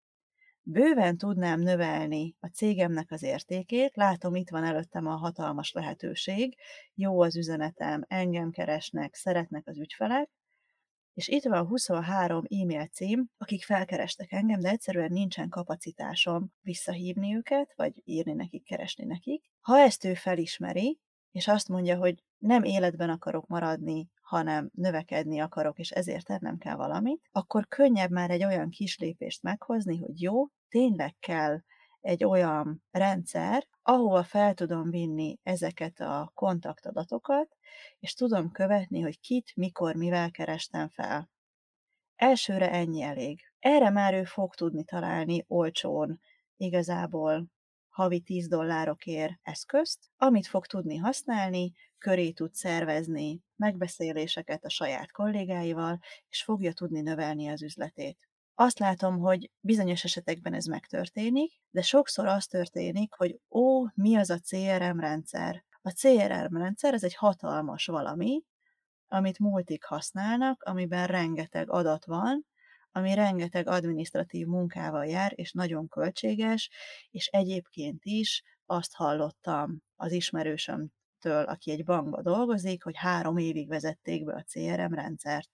Bőven tudnám növelni a cégemnek az értékét, látom, itt van előttem a hatalmas lehetőség, jó az üzenetem, engem keresnek, szeretnek az ügyfelek, és itt van 23 e-mail cím, akik felkerestek engem, de egyszerűen nincsen kapacitásom visszahívni őket, vagy írni nekik, keresni nekik. Ha ezt ő felismeri, és azt mondja, hogy nem életben akarok maradni, hanem növekedni akarok, és ezért tennem kell valamit, akkor könnyebb már egy olyan kis lépést meghozni, hogy jó, tényleg kell egy olyan rendszer, ahova fel tudom vinni ezeket a kontaktadatokat, és tudom követni, hogy kit, mikor, mivel kerestem fel. Elsőre ennyi elég. Erre már ő fog tudni találni olcsón, igazából havi $10 eszközt, amit fog tudni használni, köré tud szervezni megbeszéléseket a saját kollégáival, és fogja tudni növelni az üzletét. Azt látom, hogy bizonyos esetekben ez megtörténik, de sokszor az történik, hogy ó, mi az a CRM rendszer? A CRM rendszer ez egy hatalmas valami, amit multik használnak, amiben rengeteg adat van, ami rengeteg adminisztratív munkával jár, és nagyon költséges, és egyébként is azt hallottam az ismerősömtől, aki egy bankba dolgozik, hogy 3 évig vezették be a CRM rendszert.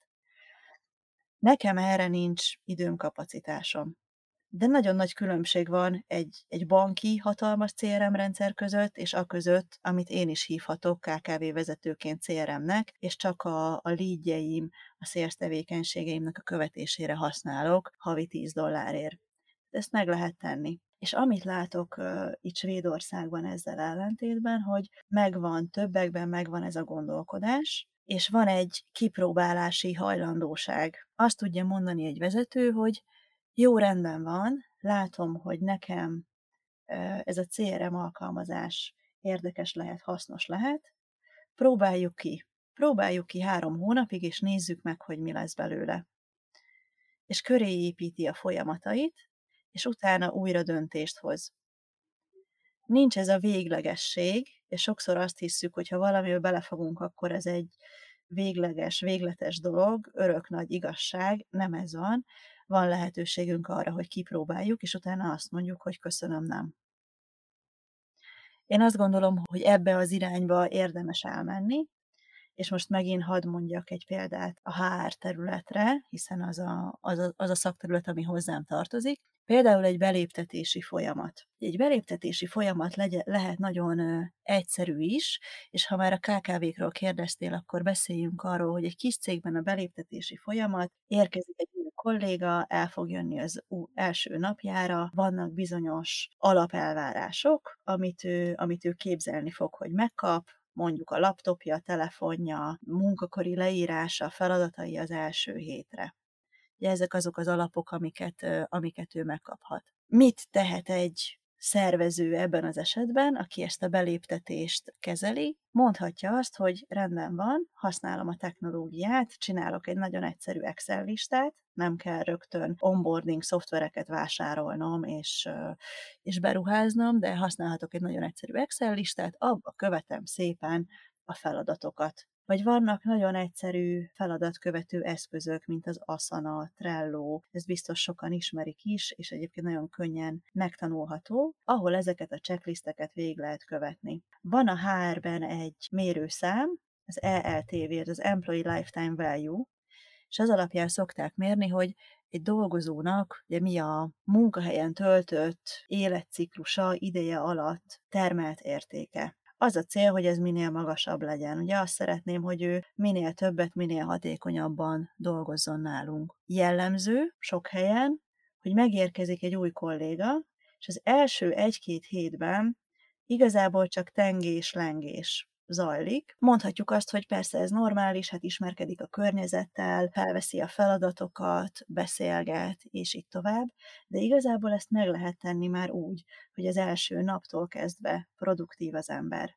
Nekem erre nincs időm, kapacitásom. De nagyon nagy különbség van egy banki hatalmas CRM rendszer között, és aközött, amit én is hívhatok KKV vezetőként CRM-nek, és csak a leadjeim, a sales tevékenységeimnek a követésére használok havi $10. Ezt meg lehet tenni. És amit látok itt Svédországban ezzel ellentétben, hogy többekben megvan ez a gondolkodás, és van egy kipróbálási hajlandóság. Azt tudja mondani egy vezető, hogy jó, rendben van, látom, hogy nekem ez a CRM alkalmazás érdekes lehet, hasznos lehet, próbáljuk ki. Próbáljuk ki 3 hónapig, és nézzük meg, hogy mi lesz belőle. És köré építi a folyamatait, és utána újra döntést hoz. Nincs ez a véglegesség, és sokszor azt hisszük, hogy ha valamivel belefogunk, akkor ez egy végletes dolog, örök nagy igazság, nem ez van. Van lehetőségünk arra, hogy kipróbáljuk, és utána azt mondjuk, hogy köszönöm, nem. Én azt gondolom, hogy ebbe az irányba érdemes elmenni, és most megint hadd mondjak egy példát a HR területre, hiszen az a szakterület, ami hozzám tartozik. Például egy beléptetési folyamat. Egy beléptetési folyamat lehet nagyon egyszerű is, és ha már a KKV-król kérdeztél, akkor beszéljünk arról, hogy egy kis cégben a beléptetési folyamat, érkezik egy új kolléga, el fog jönni az első napjára, vannak bizonyos alapelvárások, amit ő képzelni fog, hogy megkap, mondjuk a laptopja, telefonja, munkakori leírása, feladatai az első hétre. Ugye ezek azok az alapok, amiket ő megkaphat. Mit tehet egy szervező ebben az esetben, aki ezt a beléptetést kezeli? Mondhatja azt, hogy rendben van, használom a technológiát, csinálok egy nagyon egyszerű Excel listát, nem kell rögtön onboarding szoftvereket vásárolnom és beruháznom, de használhatok egy nagyon egyszerű Excel listát, abba követem szépen a feladatokat. Vagy vannak nagyon egyszerű feladatkövető eszközök, mint az Asana, Trello, ezt biztos sokan ismerik is, és egyébként nagyon könnyen megtanulható, ahol ezeket a checklisteket végig lehet követni. Van a HR-ben egy mérőszám, az ELTV, az Employee Lifetime Value, és az alapján szokták mérni, hogy egy dolgozónak ugye mi a munkahelyen töltött életciklusa ideje alatt termelt értéke. Az a cél, hogy ez minél magasabb legyen. Ugye azt szeretném, hogy ő minél többet, minél hatékonyabban dolgozzon nálunk. Jellemző sok helyen, hogy megérkezik egy új kolléga, és az első 1-2 hétben igazából csak tengés-lengés zajlik. Mondhatjuk azt, hogy persze ez normális, hát ismerkedik a környezettel, felveszi a feladatokat, beszélget, és így tovább, de igazából ezt meg lehet tenni már úgy, hogy az első naptól kezdve produktív az ember.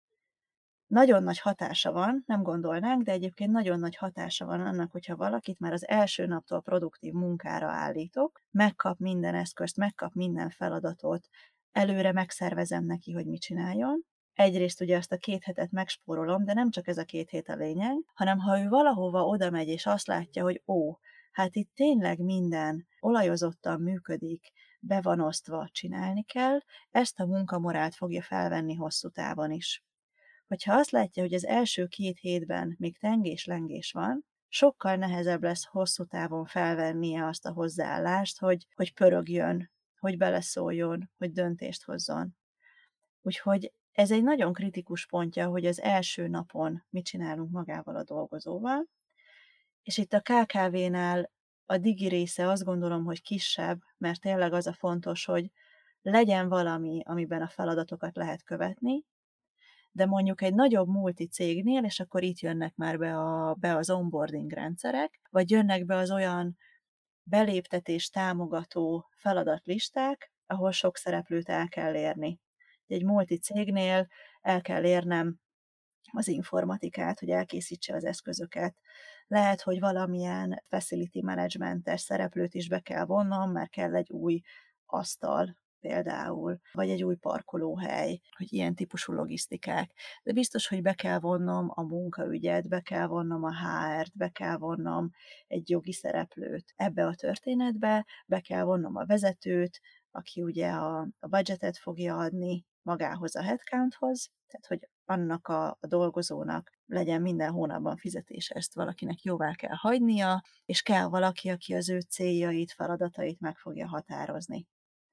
Nagyon nagy hatása van, nem gondolnánk, de egyébként nagyon nagy hatása van annak, hogyha valakit már az első naptól produktív munkára állítok, megkap minden eszközt, megkap minden feladatot, előre megszervezem neki, hogy mit csináljon. Egyrészt ugye azt a 2 hetet megspórolom, de nem csak ez a 2 hét a lényeg, hanem ha ő valahova oda megy, és azt látja, hogy hát itt tényleg minden olajozottan működik, be van osztva, csinálni kell, ezt a munkamorált fogja felvenni hosszú távon is. Hogyha azt látja, hogy az első 2 hétben még tengés-lengés van, sokkal nehezebb lesz hosszú távon felvennie azt a hozzáállást, hogy pörögjön, hogy beleszóljon, hogy döntést hozzon. Úgyhogy ez egy nagyon kritikus pontja, hogy az első napon mit csinálunk magával a dolgozóval, és itt a KKV-nál a digi része azt gondolom, hogy kisebb, mert tényleg az a fontos, hogy legyen valami, amiben a feladatokat lehet követni, de mondjuk egy nagyobb multicégnél, és akkor itt jönnek már be az onboarding rendszerek, vagy jönnek be az olyan beléptetés támogató feladatlisták, ahol sok szereplőt el kell érni. Egy multicégnél el kell érnem az informatikát, hogy elkészítse az eszközöket. Lehet, hogy valamilyen facility managementes szereplőt is be kell vonnom, mert kell egy új asztal például, vagy egy új parkolóhely, hogy ilyen típusú logisztikák. De biztos, hogy be kell vonnom a munkaügyet, be kell vonnom a HR-t, be kell vonnom egy jogi szereplőt ebbe a történetbe, be kell vonnom a vezetőt, aki ugye a budgetet fogja adni magához a headcounthoz, tehát hogy annak a dolgozónak legyen minden hónapban fizetése, ezt valakinek jóvá kell hagynia, és kell valaki, aki az ő céljait, feladatait meg fogja határozni.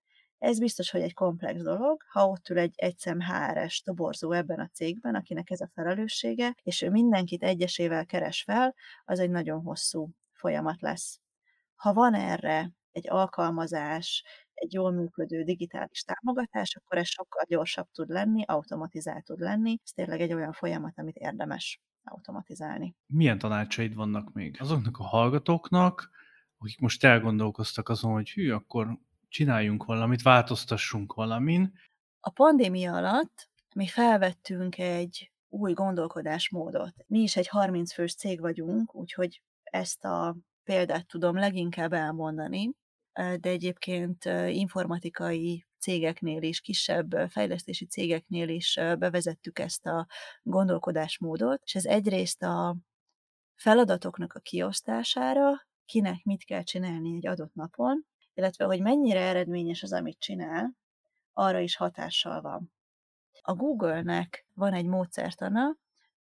Ez biztos, hogy egy komplex dolog, ha ott ül egy egyszem HR-es toborzó ebben a cégben, akinek ez a felelőssége, és ő mindenkit egyesével keres fel, az egy nagyon hosszú folyamat lesz. Ha van erre egy alkalmazás, egy jól működő digitális támogatás, akkor ez sokkal gyorsabb tud lenni, automatizált tud lenni. Ez tényleg egy olyan folyamat, amit érdemes automatizálni. Milyen tanácsaid vannak még azoknak a hallgatóknak, akik most elgondolkoztak azon, hogy akkor csináljunk valamit, változtassunk valamin? A pandémia alatt mi felvettünk egy új gondolkodásmódot. Mi is egy 30 fős cég vagyunk, úgyhogy ezt a példát tudom leginkább elmondani, de egyébként informatikai cégeknél is, kisebb fejlesztési cégeknél is bevezettük ezt a gondolkodásmódot, és ez egyrészt a feladatoknak a kiosztására, kinek mit kell csinálni egy adott napon, illetve hogy mennyire eredményes az, amit csinál, arra is hatással van. A Google-nek van egy módszertana,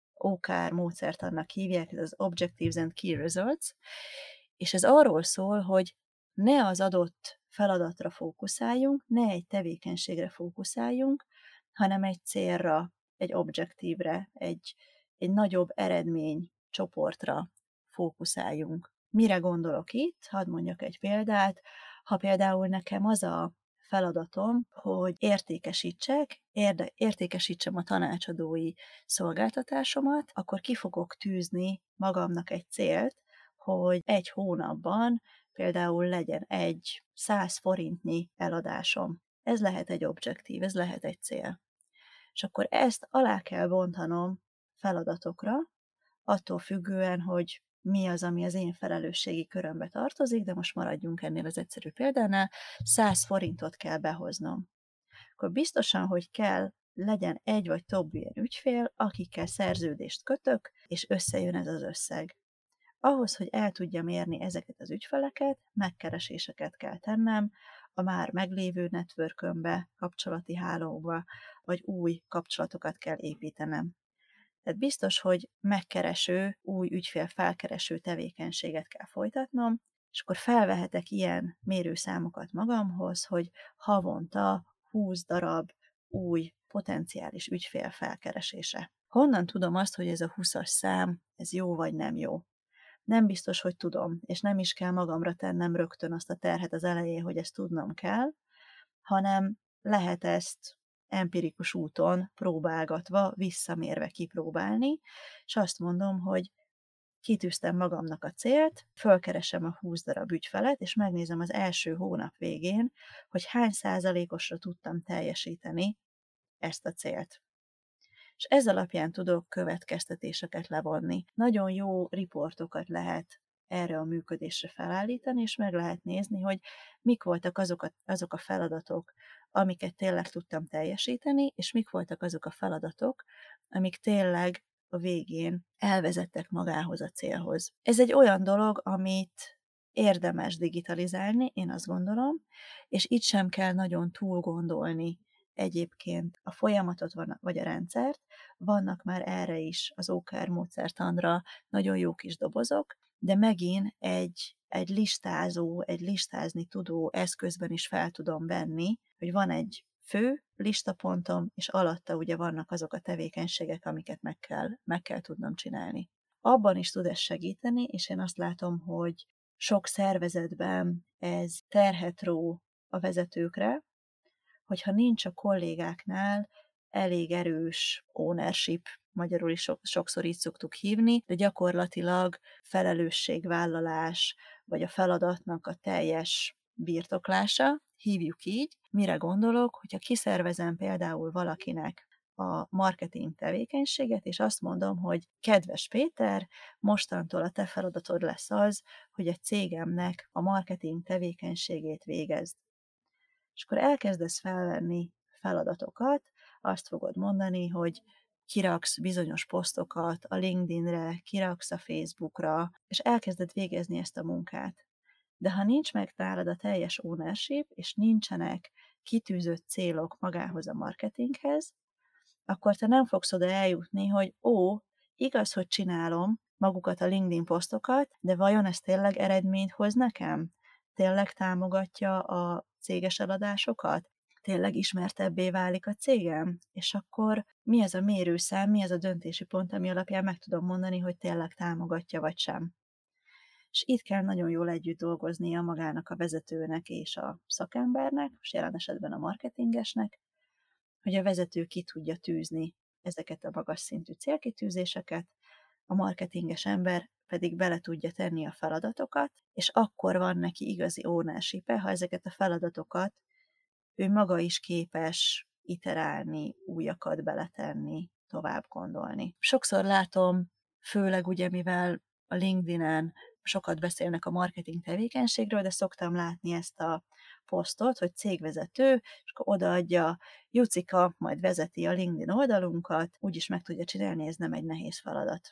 OKR módszertannak hívják, ez az Objectives and Key Results, és ez arról szól, hogy ne az adott feladatra fókuszáljunk, ne egy tevékenységre fókuszáljunk, hanem egy célra, egy objektívre, egy nagyobb eredmény csoportra fókuszáljunk. Mire gondolok itt? Hadd mondjak egy példát. Ha például nekem az a feladatom, hogy értékesítsem a tanácsadói szolgáltatásomat, akkor ki fogok tűzni magamnak egy célt, hogy egy hónapban például legyen egy 100 forintnyi eladásom. Ez lehet egy objektív, ez lehet egy cél. És akkor ezt alá kell bontanom feladatokra, attól függően, hogy mi az, ami az én felelősségi körömbe tartozik, de most maradjunk ennél az egyszerű példánál, 100 forintot kell behoznom. Akkor biztosan, hogy legyen egy vagy több ilyen ügyfél, akikkel szerződést kötök, és összejön ez az összeg. Ahhoz, hogy el tudjam érni ezeket az ügyfeleket, megkereséseket kell tennem a már meglévő networkömbe, kapcsolati hálóba, vagy új kapcsolatokat kell építenem. Tehát biztos, hogy megkereső, új ügyfél felkereső tevékenységet kell folytatnom, és akkor felvehetek ilyen mérőszámokat magamhoz, hogy havonta 20 darab új potenciális ügyfél felkeresése. Honnan tudom azt, hogy ez a 20-as szám, ez jó vagy nem jó? Nem biztos, hogy tudom, és nem is kell magamra tennem rögtön azt a terhet az elején, hogy ezt tudnom kell, hanem lehet ezt empirikus úton próbálgatva, visszamérve kipróbálni, és azt mondom, hogy kitűztem magamnak a célt, fölkeresem a 20 darab ügyfelet, és megnézem az első hónap végén, hogy hány százalékosra tudtam teljesíteni ezt a célt. És ez alapján tudok következtetéseket levonni. Nagyon jó riportokat lehet erre a működésre felállítani, és meg lehet nézni, hogy mik voltak azok a feladatok, amiket tényleg tudtam teljesíteni, és mik voltak azok a feladatok, amik tényleg a végén elvezettek magához a célhoz. Ez egy olyan dolog, amit érdemes digitalizálni, én azt gondolom, és itt sem kell nagyon túl gondolni egyébként a folyamatot vagy a rendszert, vannak már erre is az OKR módszertanra nagyon jó kis dobozok, de megint egy listázó, egy listázni tudó eszközben is fel tudom venni, hogy van egy fő listapontom, és alatta ugye vannak azok a tevékenységek, amiket meg kell tudnom csinálni. Abban is tud ez segíteni, és én azt látom, hogy sok szervezetben ez terhet ró a vezetőkre, hogyha nincs a kollégáknál elég erős ownership, magyarul is sokszor így szoktuk hívni, de gyakorlatilag felelősségvállalás, vagy a feladatnak a teljes birtoklása, hívjuk így. Mire gondolok, hogyha kiszervezem például valakinek a marketing tevékenységet, és azt mondom, hogy kedves Péter, mostantól a te feladatod lesz az, hogy a cégemnek a marketing tevékenységét végezd. És akkor elkezdesz felvenni feladatokat, azt fogod mondani, hogy kiraksz bizonyos posztokat a LinkedInre, kiraksz a Facebookra, és elkezded végezni ezt a munkát. De ha nincs meg nálad a teljes ownership, és nincsenek kitűzött célok magához a marketinghez, akkor te nem fogsz oda eljutni, hogy igaz, hogy csinálom magukat a LinkedIn posztokat, de vajon ez tényleg eredményt hoz nekem? Tényleg támogatja a céges eladásokat? Tényleg ismertebbé válik a cégem? És akkor mi az a mérőszám, mi az a döntési pont, ami alapján meg tudom mondani, hogy tényleg támogatja vagy sem? És itt kell nagyon jól együtt dolgoznia magának a vezetőnek és a szakembernek, most jelen esetben a marketingesnek, hogy a vezető ki tudja tűzni ezeket a magas szintű célkitűzéseket, a marketinges ember pedig bele tudja tenni a feladatokat, és akkor van neki igazi ownership-e, ha ezeket a feladatokat ő maga is képes iterálni, újakat beletenni, tovább gondolni. Sokszor látom, főleg ugye, mivel a LinkedIn-en sokat beszélnek a marketing tevékenységről, de szoktam látni ezt a posztot, hogy cégvezető, és akkor odaadja, Jucika majd vezeti a LinkedIn oldalunkat, úgyis meg tudja csinálni, ez nem egy nehéz feladat.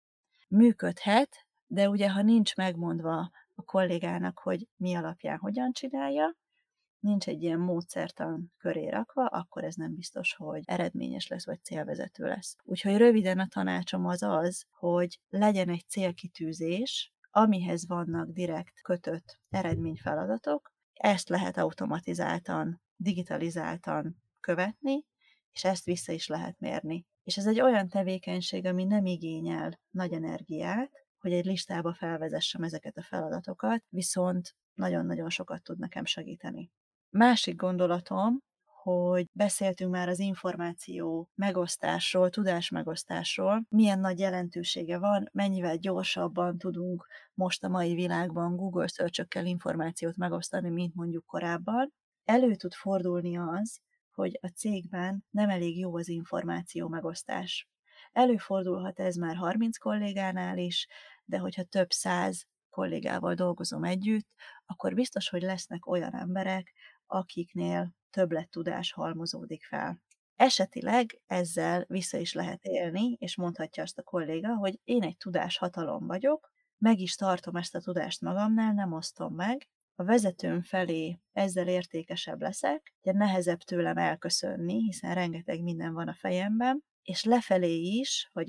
Működhet, de ugye, ha nincs megmondva a kollégának, hogy mi alapján hogyan csinálja, nincs egy ilyen módszertan köré rakva, akkor ez nem biztos, hogy eredményes lesz, vagy célvezető lesz. Úgyhogy röviden a tanácsom az, hogy legyen egy célkitűzés, amihez vannak direkt kötött eredményfeladatok, ezt lehet automatizáltan, digitalizáltan követni, és ezt vissza is lehet mérni. És ez egy olyan tevékenység, ami nem igényel nagy energiát, hogy egy listába felvezessem ezeket a feladatokat, viszont nagyon-nagyon sokat tud nekem segíteni. Másik gondolatom, hogy beszéltünk már az információ megosztásról, tudásmegosztásról, milyen nagy jelentősége van, mennyivel gyorsabban tudunk most a mai világban Google search-ökkel információt megosztani, mint mondjuk korábban. Elő tud fordulni az, hogy a cégben nem elég jó az információ megosztás. Előfordulhat ez már 30 kollégánál is, de hogyha több 100 kollégával dolgozom együtt, akkor biztos, hogy lesznek olyan emberek, akiknél többlettudás halmozódik fel. Esetileg ezzel vissza is lehet élni, és mondhatja azt a kolléga, hogy én egy tudáshatalom vagyok, meg is tartom ezt a tudást magamnál, nem osztom meg, a vezetőm felé ezzel értékesebb leszek, ugye nehezebb tőlem elköszönni, hiszen rengeteg minden van a fejemben, és lefelé is, vagy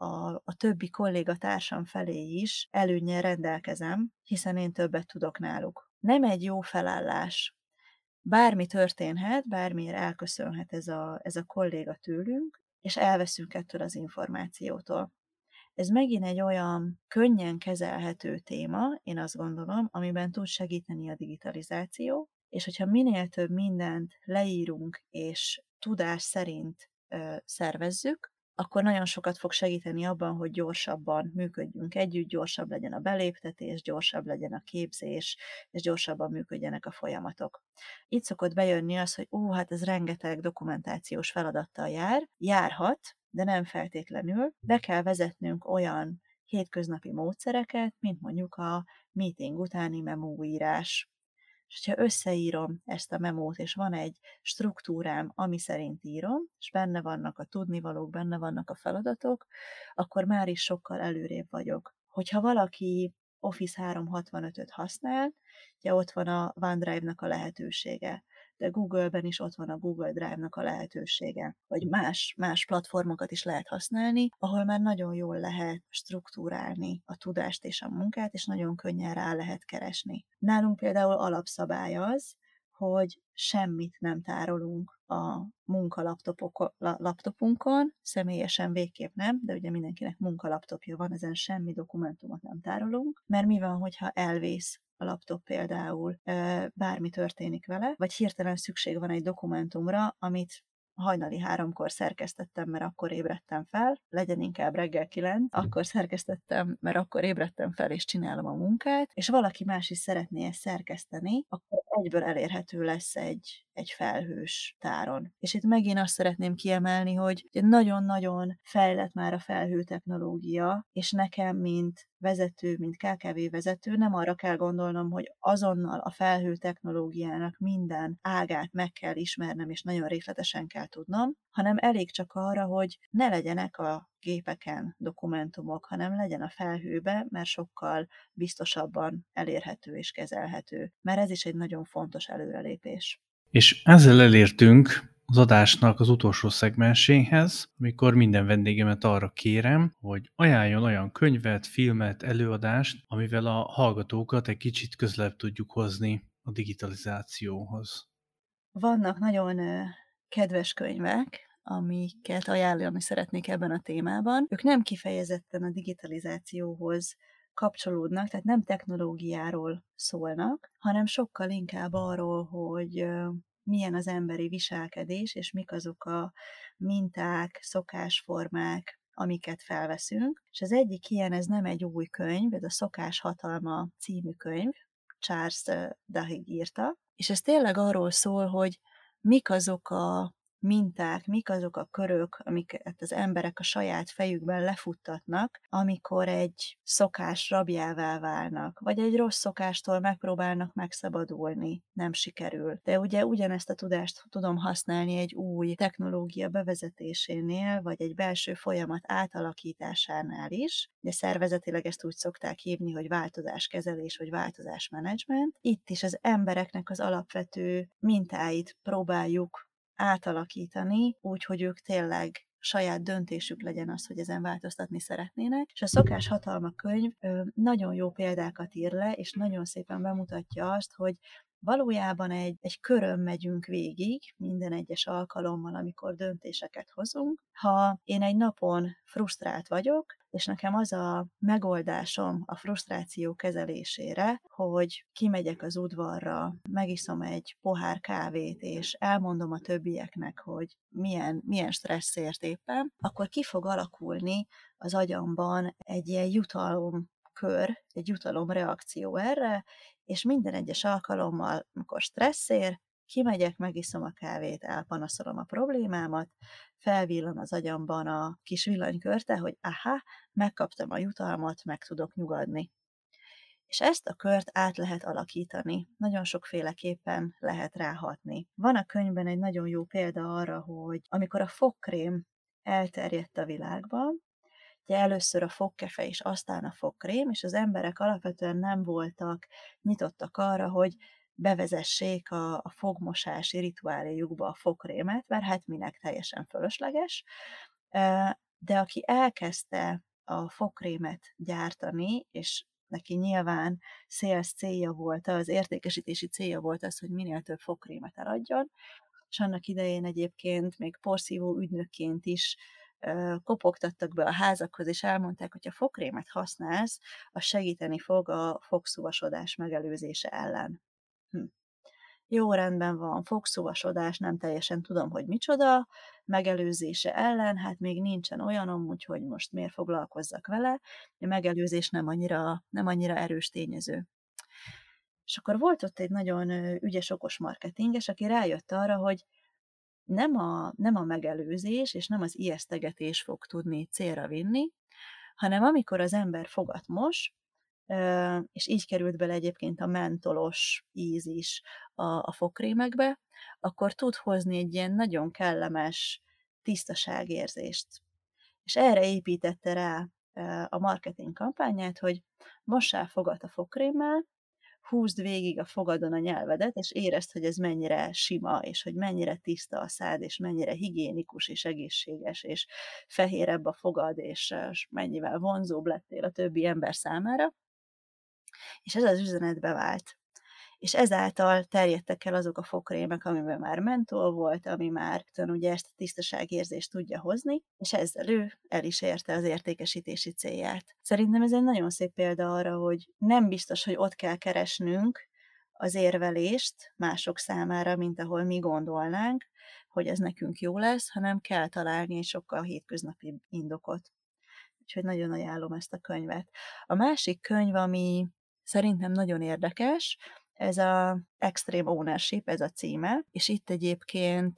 a többi kollégatársam felé is előnnyel rendelkezem, hiszen én többet tudok náluk. Nem egy jó felállás. Bármi történhet, bármiért elköszönhet ez a kolléga tőlünk, és elveszünk ettől az információtól. Ez megint egy olyan könnyen kezelhető téma, én azt gondolom, amiben tud segíteni a digitalizáció, és hogyha minél több mindent leírunk, és tudás szerint szervezzük, akkor nagyon sokat fog segíteni abban, hogy gyorsabban működjünk együtt, gyorsabb legyen a beléptetés, gyorsabb legyen a képzés, és gyorsabban működjenek a folyamatok. Itt szokott bejönni az, hogy hát ez rengeteg dokumentációs feladattal járhat, de nem feltétlenül. Be kell vezetnünk olyan hétköznapi módszereket, mint mondjuk a meeting utáni memóírás. És ha összeírom ezt a memót, és van egy struktúrám, ami szerint írom, és benne vannak a tudnivalók, benne vannak a feladatok, akkor már is sokkal előrébb vagyok. Hogyha valaki Office 365-öt használ, ugye ott van a OneDrive-nak a lehetősége, de Google-ben is ott van a Google Drive-nak a lehetősége, vagy más platformokat is lehet használni, ahol már nagyon jól lehet struktúrálni a tudást és a munkát, és nagyon könnyen rá lehet keresni. Nálunk például alapszabály az, hogy semmit nem tárolunk a munkalaptopunkon, személyesen végképp nem, de ugye mindenkinek munkalaptopja van, ezen semmi dokumentumot nem tárolunk, mert mi van, hogyha elvész a laptop például, bármi történik vele, vagy hirtelen szükség van egy dokumentumra, amit hajnali 3-kor szerkesztettem, mert akkor ébredtem fel, legyen inkább reggel 9, akkor szerkesztettem, mert akkor ébredtem fel, és csinálom a munkát, és valaki más is szeretné ezt szerkeszteni, akkor egyből elérhető lesz egy felhős táron. És itt megint azt szeretném kiemelni, hogy nagyon-nagyon fejlett már a felhő technológia, és nekem, mint vezető, mint KKV vezető, nem arra kell gondolnom, hogy azonnal a felhő technológiának minden ágát meg kell ismernem, és nagyon részletesen kell tudnom, hanem elég csak arra, hogy ne legyenek a gépeken dokumentumok, hanem legyen a felhőbe, mert sokkal biztosabban elérhető és kezelhető. Mert ez is egy nagyon fontos előrelépés. És ezzel elértünk az adásnak az utolsó szegmenséhez, amikor minden vendégemet arra kérem, hogy ajánljon olyan könyvet, filmet, előadást, amivel a hallgatókat egy kicsit közelebb tudjuk hozni a digitalizációhoz. Vannak nagyon kedves könyvek, amiket ajánlani szeretnék ebben a témában. Ők nem kifejezetten a digitalizációhoz kapcsolódnak, tehát nem technológiáról szólnak, hanem sokkal inkább arról, hogy milyen az emberi viselkedés, és mik azok a minták, szokásformák, amiket felveszünk. És az egyik ilyen, ez nem egy új könyv, ez a Szokás hatalma című könyv, Charles Duhigg írta, és ez tényleg arról szól, hogy mik azok a minták, mik azok a körök, amiket az emberek a saját fejükben lefuttatnak, amikor egy szokás rabjává válnak, vagy egy rossz szokástól megpróbálnak megszabadulni, nem sikerül. De ugye ugyanezt a tudást tudom használni egy új technológia bevezetésénél, vagy egy belső folyamat átalakításánál is, de szervezetileg ezt úgy szokták hívni, hogy változáskezelés, vagy változásmenedzsment. Itt is az embereknek az alapvető mintáit próbáljuk átalakítani, úgy, hogy ők tényleg saját döntésük legyen az, hogy ezen változtatni szeretnének. És a Szokás hatalma könyv nagyon jó példákat ír le, és nagyon szépen bemutatja azt, hogy valójában egy körön megyünk végig, minden egyes alkalommal, amikor döntéseket hozunk. Ha én egy napon frusztrált vagyok, és nekem az a megoldásom a frusztráció kezelésére, hogy kimegyek az udvarra, megiszom egy pohár kávét, és elmondom a többieknek, hogy milyen stressz ért éppen, akkor ki fog alakulni az agyamban egy ilyen jutalomkör, egy jutalomreakció erre, és minden egyes alkalommal, amikor stressz ér, kimegyek, megiszom a kávét, elpanaszolom a problémámat, felvillan az agyamban a kis villanykörte, hogy aha, megkaptam a jutalmat, meg tudok nyugodni. És ezt a kört át lehet alakítani. Nagyon sokféleképpen lehet ráhatni. Van a könyvben egy nagyon jó példa arra, hogy amikor a fogkrém elterjedt a világban, ugye először a fogkefe és aztán a fogkrém, és az emberek alapvetően nem voltak nyitottak arra, hogy bevezessék a fogmosási rituáléjukba a fogkrémet, mert hát minek, teljesen fölösleges. De aki elkezdte a fogkrémet gyártani, és neki nyilván sales célja volt, az értékesítési célja volt az, hogy minél több fogkrémet eladjon, és annak idején egyébként még porszívó ügynökként is kopogtattak be a házakhoz, és elmondták, hogy ha fogkrémet használsz, az segíteni fog a fogszúvasodás megelőzése ellen. Jó, rendben van, fogszúvasodás, nem teljesen tudom, hogy micsoda, megelőzése ellen, hát még nincsen olyanom, úgyhogy most miért foglalkozzak vele, a megelőzés nem annyira erős tényező. És akkor volt ott egy nagyon ügyes, okos marketinges, aki rájött arra, hogy nem a megelőzés és nem az ijesztegetés fog tudni célra vinni, hanem amikor az ember fogat mos, és így került bele egyébként a mentolos íz is a fogkrémekbe, akkor tud hozni egy ilyen nagyon kellemes tisztaságérzést. És erre építette rá a marketing kampányát, hogy mossál fogat a fogkrémmel, húzd végig a fogadon a nyelvedet, és érezd, hogy ez mennyire sima, és hogy mennyire tiszta a szád, és mennyire higiénikus, és egészséges, és fehérebb a fogad, és mennyivel vonzóbb lettél a többi ember számára. És ez az üzenet bevált. És ezáltal terjedtek el azok a fogkrémek, amiben már mentol volt, ami már ugye ezt a tisztaságérzést tudja hozni, és ezzel ő el is érte az értékesítési célját. Szerintem ez egy nagyon szép példa arra, hogy nem biztos, hogy ott kell keresnünk az érvelést mások számára, mint ahol mi gondolnánk, hogy ez nekünk jó lesz, hanem kell találni egy sokkal hétköznapi indokot. Úgyhogy nagyon ajánlom ezt a könyvet. A másik könyv, ami szerintem nagyon érdekes, Ez a Extreme Ownership, ez a címe, és itt egyébként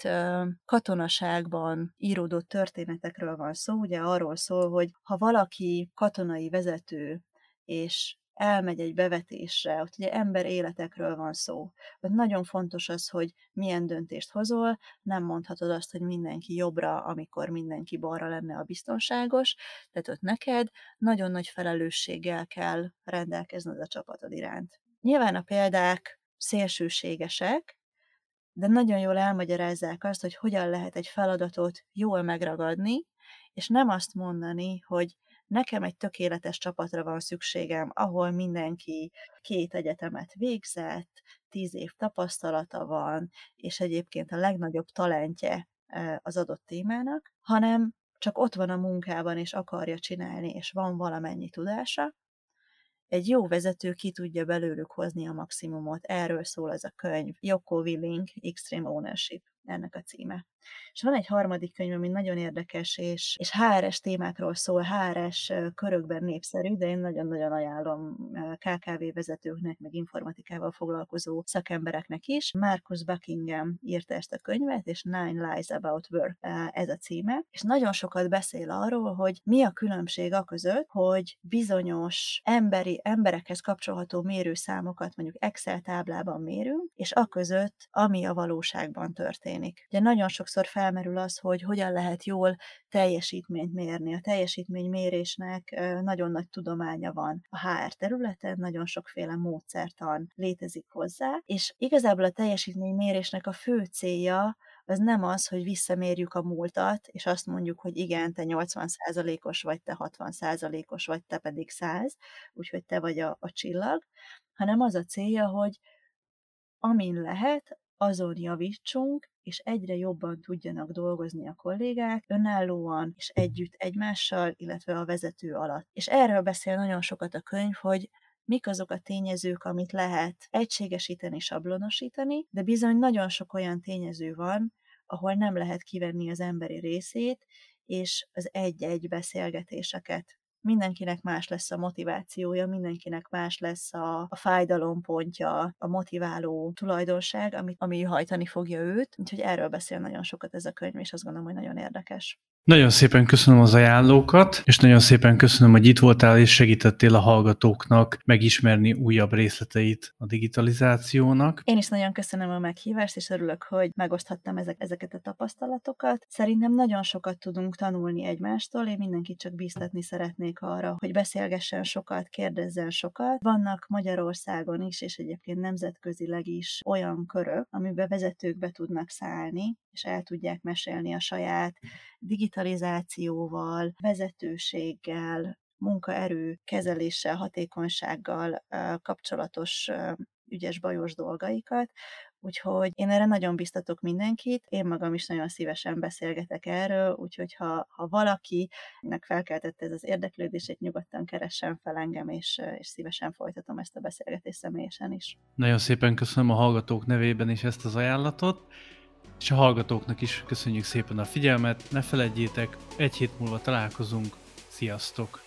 katonaságban íródott történetekről van szó, ugye arról szól, hogy ha valaki katonai vezető, és elmegy egy bevetésre, ott ugye ember életekről van szó. Ott nagyon fontos az, hogy milyen döntést hozol, nem mondhatod azt, hogy mindenki jobbra, amikor mindenki balra lenne a biztonságos, tehát ott neked nagyon nagy felelősséggel kell rendelkezned a csapatod iránt. Nyilván a példák szélsőségesek, de nagyon jól elmagyarázzák azt, hogy hogyan lehet egy feladatot jól megragadni, és nem azt mondani, hogy nekem egy tökéletes csapatra van szükségem, ahol mindenki 2 egyetemet végzett, 10 év tapasztalata van, és egyébként a legnagyobb talentje az adott témának, hanem csak ott van a munkában, és akarja csinálni, és van valamennyi tudása. Egy jó vezető ki tudja belőlük hozni a maximumot. Erről szól ez a könyv. Jocko Willink, Extreme Ownership, ennek a címe. És van egy harmadik könyv, ami nagyon érdekes, és HRS témákról szól, HRS körökben népszerű, de én nagyon-nagyon ajánlom KKV vezetőknek, meg informatikával foglalkozó szakembereknek is. Marcus Buckingham írta ezt a könyvet, és 9 Lies About Work ez a címe, és nagyon sokat beszél arról, hogy mi a különbség aközött, hogy bizonyos emberekhez kapcsolható mérőszámokat mondjuk Excel táblában mérünk, és aközött, ami a valóságban történik. Ugye nagyon sokszor felmerül az, hogy hogyan lehet jól teljesítményt mérni. A teljesítménymérésnek nagyon nagy tudománya van a HR területen, nagyon sokféle módszertan létezik hozzá, és igazából a teljesítménymérésnek a fő célja az nem az, hogy visszamérjük a múltat, és azt mondjuk, hogy igen, te 80%-os vagy, te 60%-os vagy, te pedig 100, úgyhogy te vagy a csillag, hanem az a célja, hogy amin lehet, azon javítsunk, és egyre jobban tudjanak dolgozni a kollégák önállóan és együtt egymással, illetve a vezető alatt. És erről beszél nagyon sokat a könyv, hogy mik azok a tényezők, amit lehet egységesíteni, sablonosítani, de bizony nagyon sok olyan tényező van, ahol nem lehet kivenni az emberi részét, és az egy-egy beszélgetéseket. Mindenkinek más lesz a motivációja, mindenkinek más lesz a fájdalompontja, a motiváló tulajdonság, ami hajtani fogja őt. Úgyhogy erről beszél nagyon sokat ez a könyv, és azt gondolom, hogy nagyon érdekes. Nagyon szépen köszönöm az ajánlókat, és nagyon szépen köszönöm, hogy itt voltál és segítettél a hallgatóknak megismerni újabb részleteit a digitalizációnak. Én is nagyon köszönöm a meghívást, és örülök, hogy megoszthattam ezeket a tapasztalatokat. Szerintem nagyon sokat tudunk tanulni egymástól, én mindenkit csak bíztatni szeretnék arra, hogy beszélgessen sokat, kérdezzen sokat. Vannak Magyarországon is, és egyébként nemzetközileg is olyan körök, amiben vezetők be tudnak szállni, és el tudják mesélni a saját digitalizációval, vezetőséggel, munkaerő kezeléssel, hatékonysággal kapcsolatos ügyes-bajos dolgaikat. Úgyhogy én erre nagyon biztatok mindenkit, én magam is nagyon szívesen beszélgetek erről, úgyhogy ha valakinek felkeltette ez az érdeklődését, nyugodtan keressen fel engem, és szívesen folytatom ezt a beszélgetést személyesen is. Nagyon szépen köszönöm a hallgatók nevében is ezt az ajánlatot, és a hallgatóknak is köszönjük szépen a figyelmet, ne feledjétek, 1 hét múlva találkozunk, sziasztok!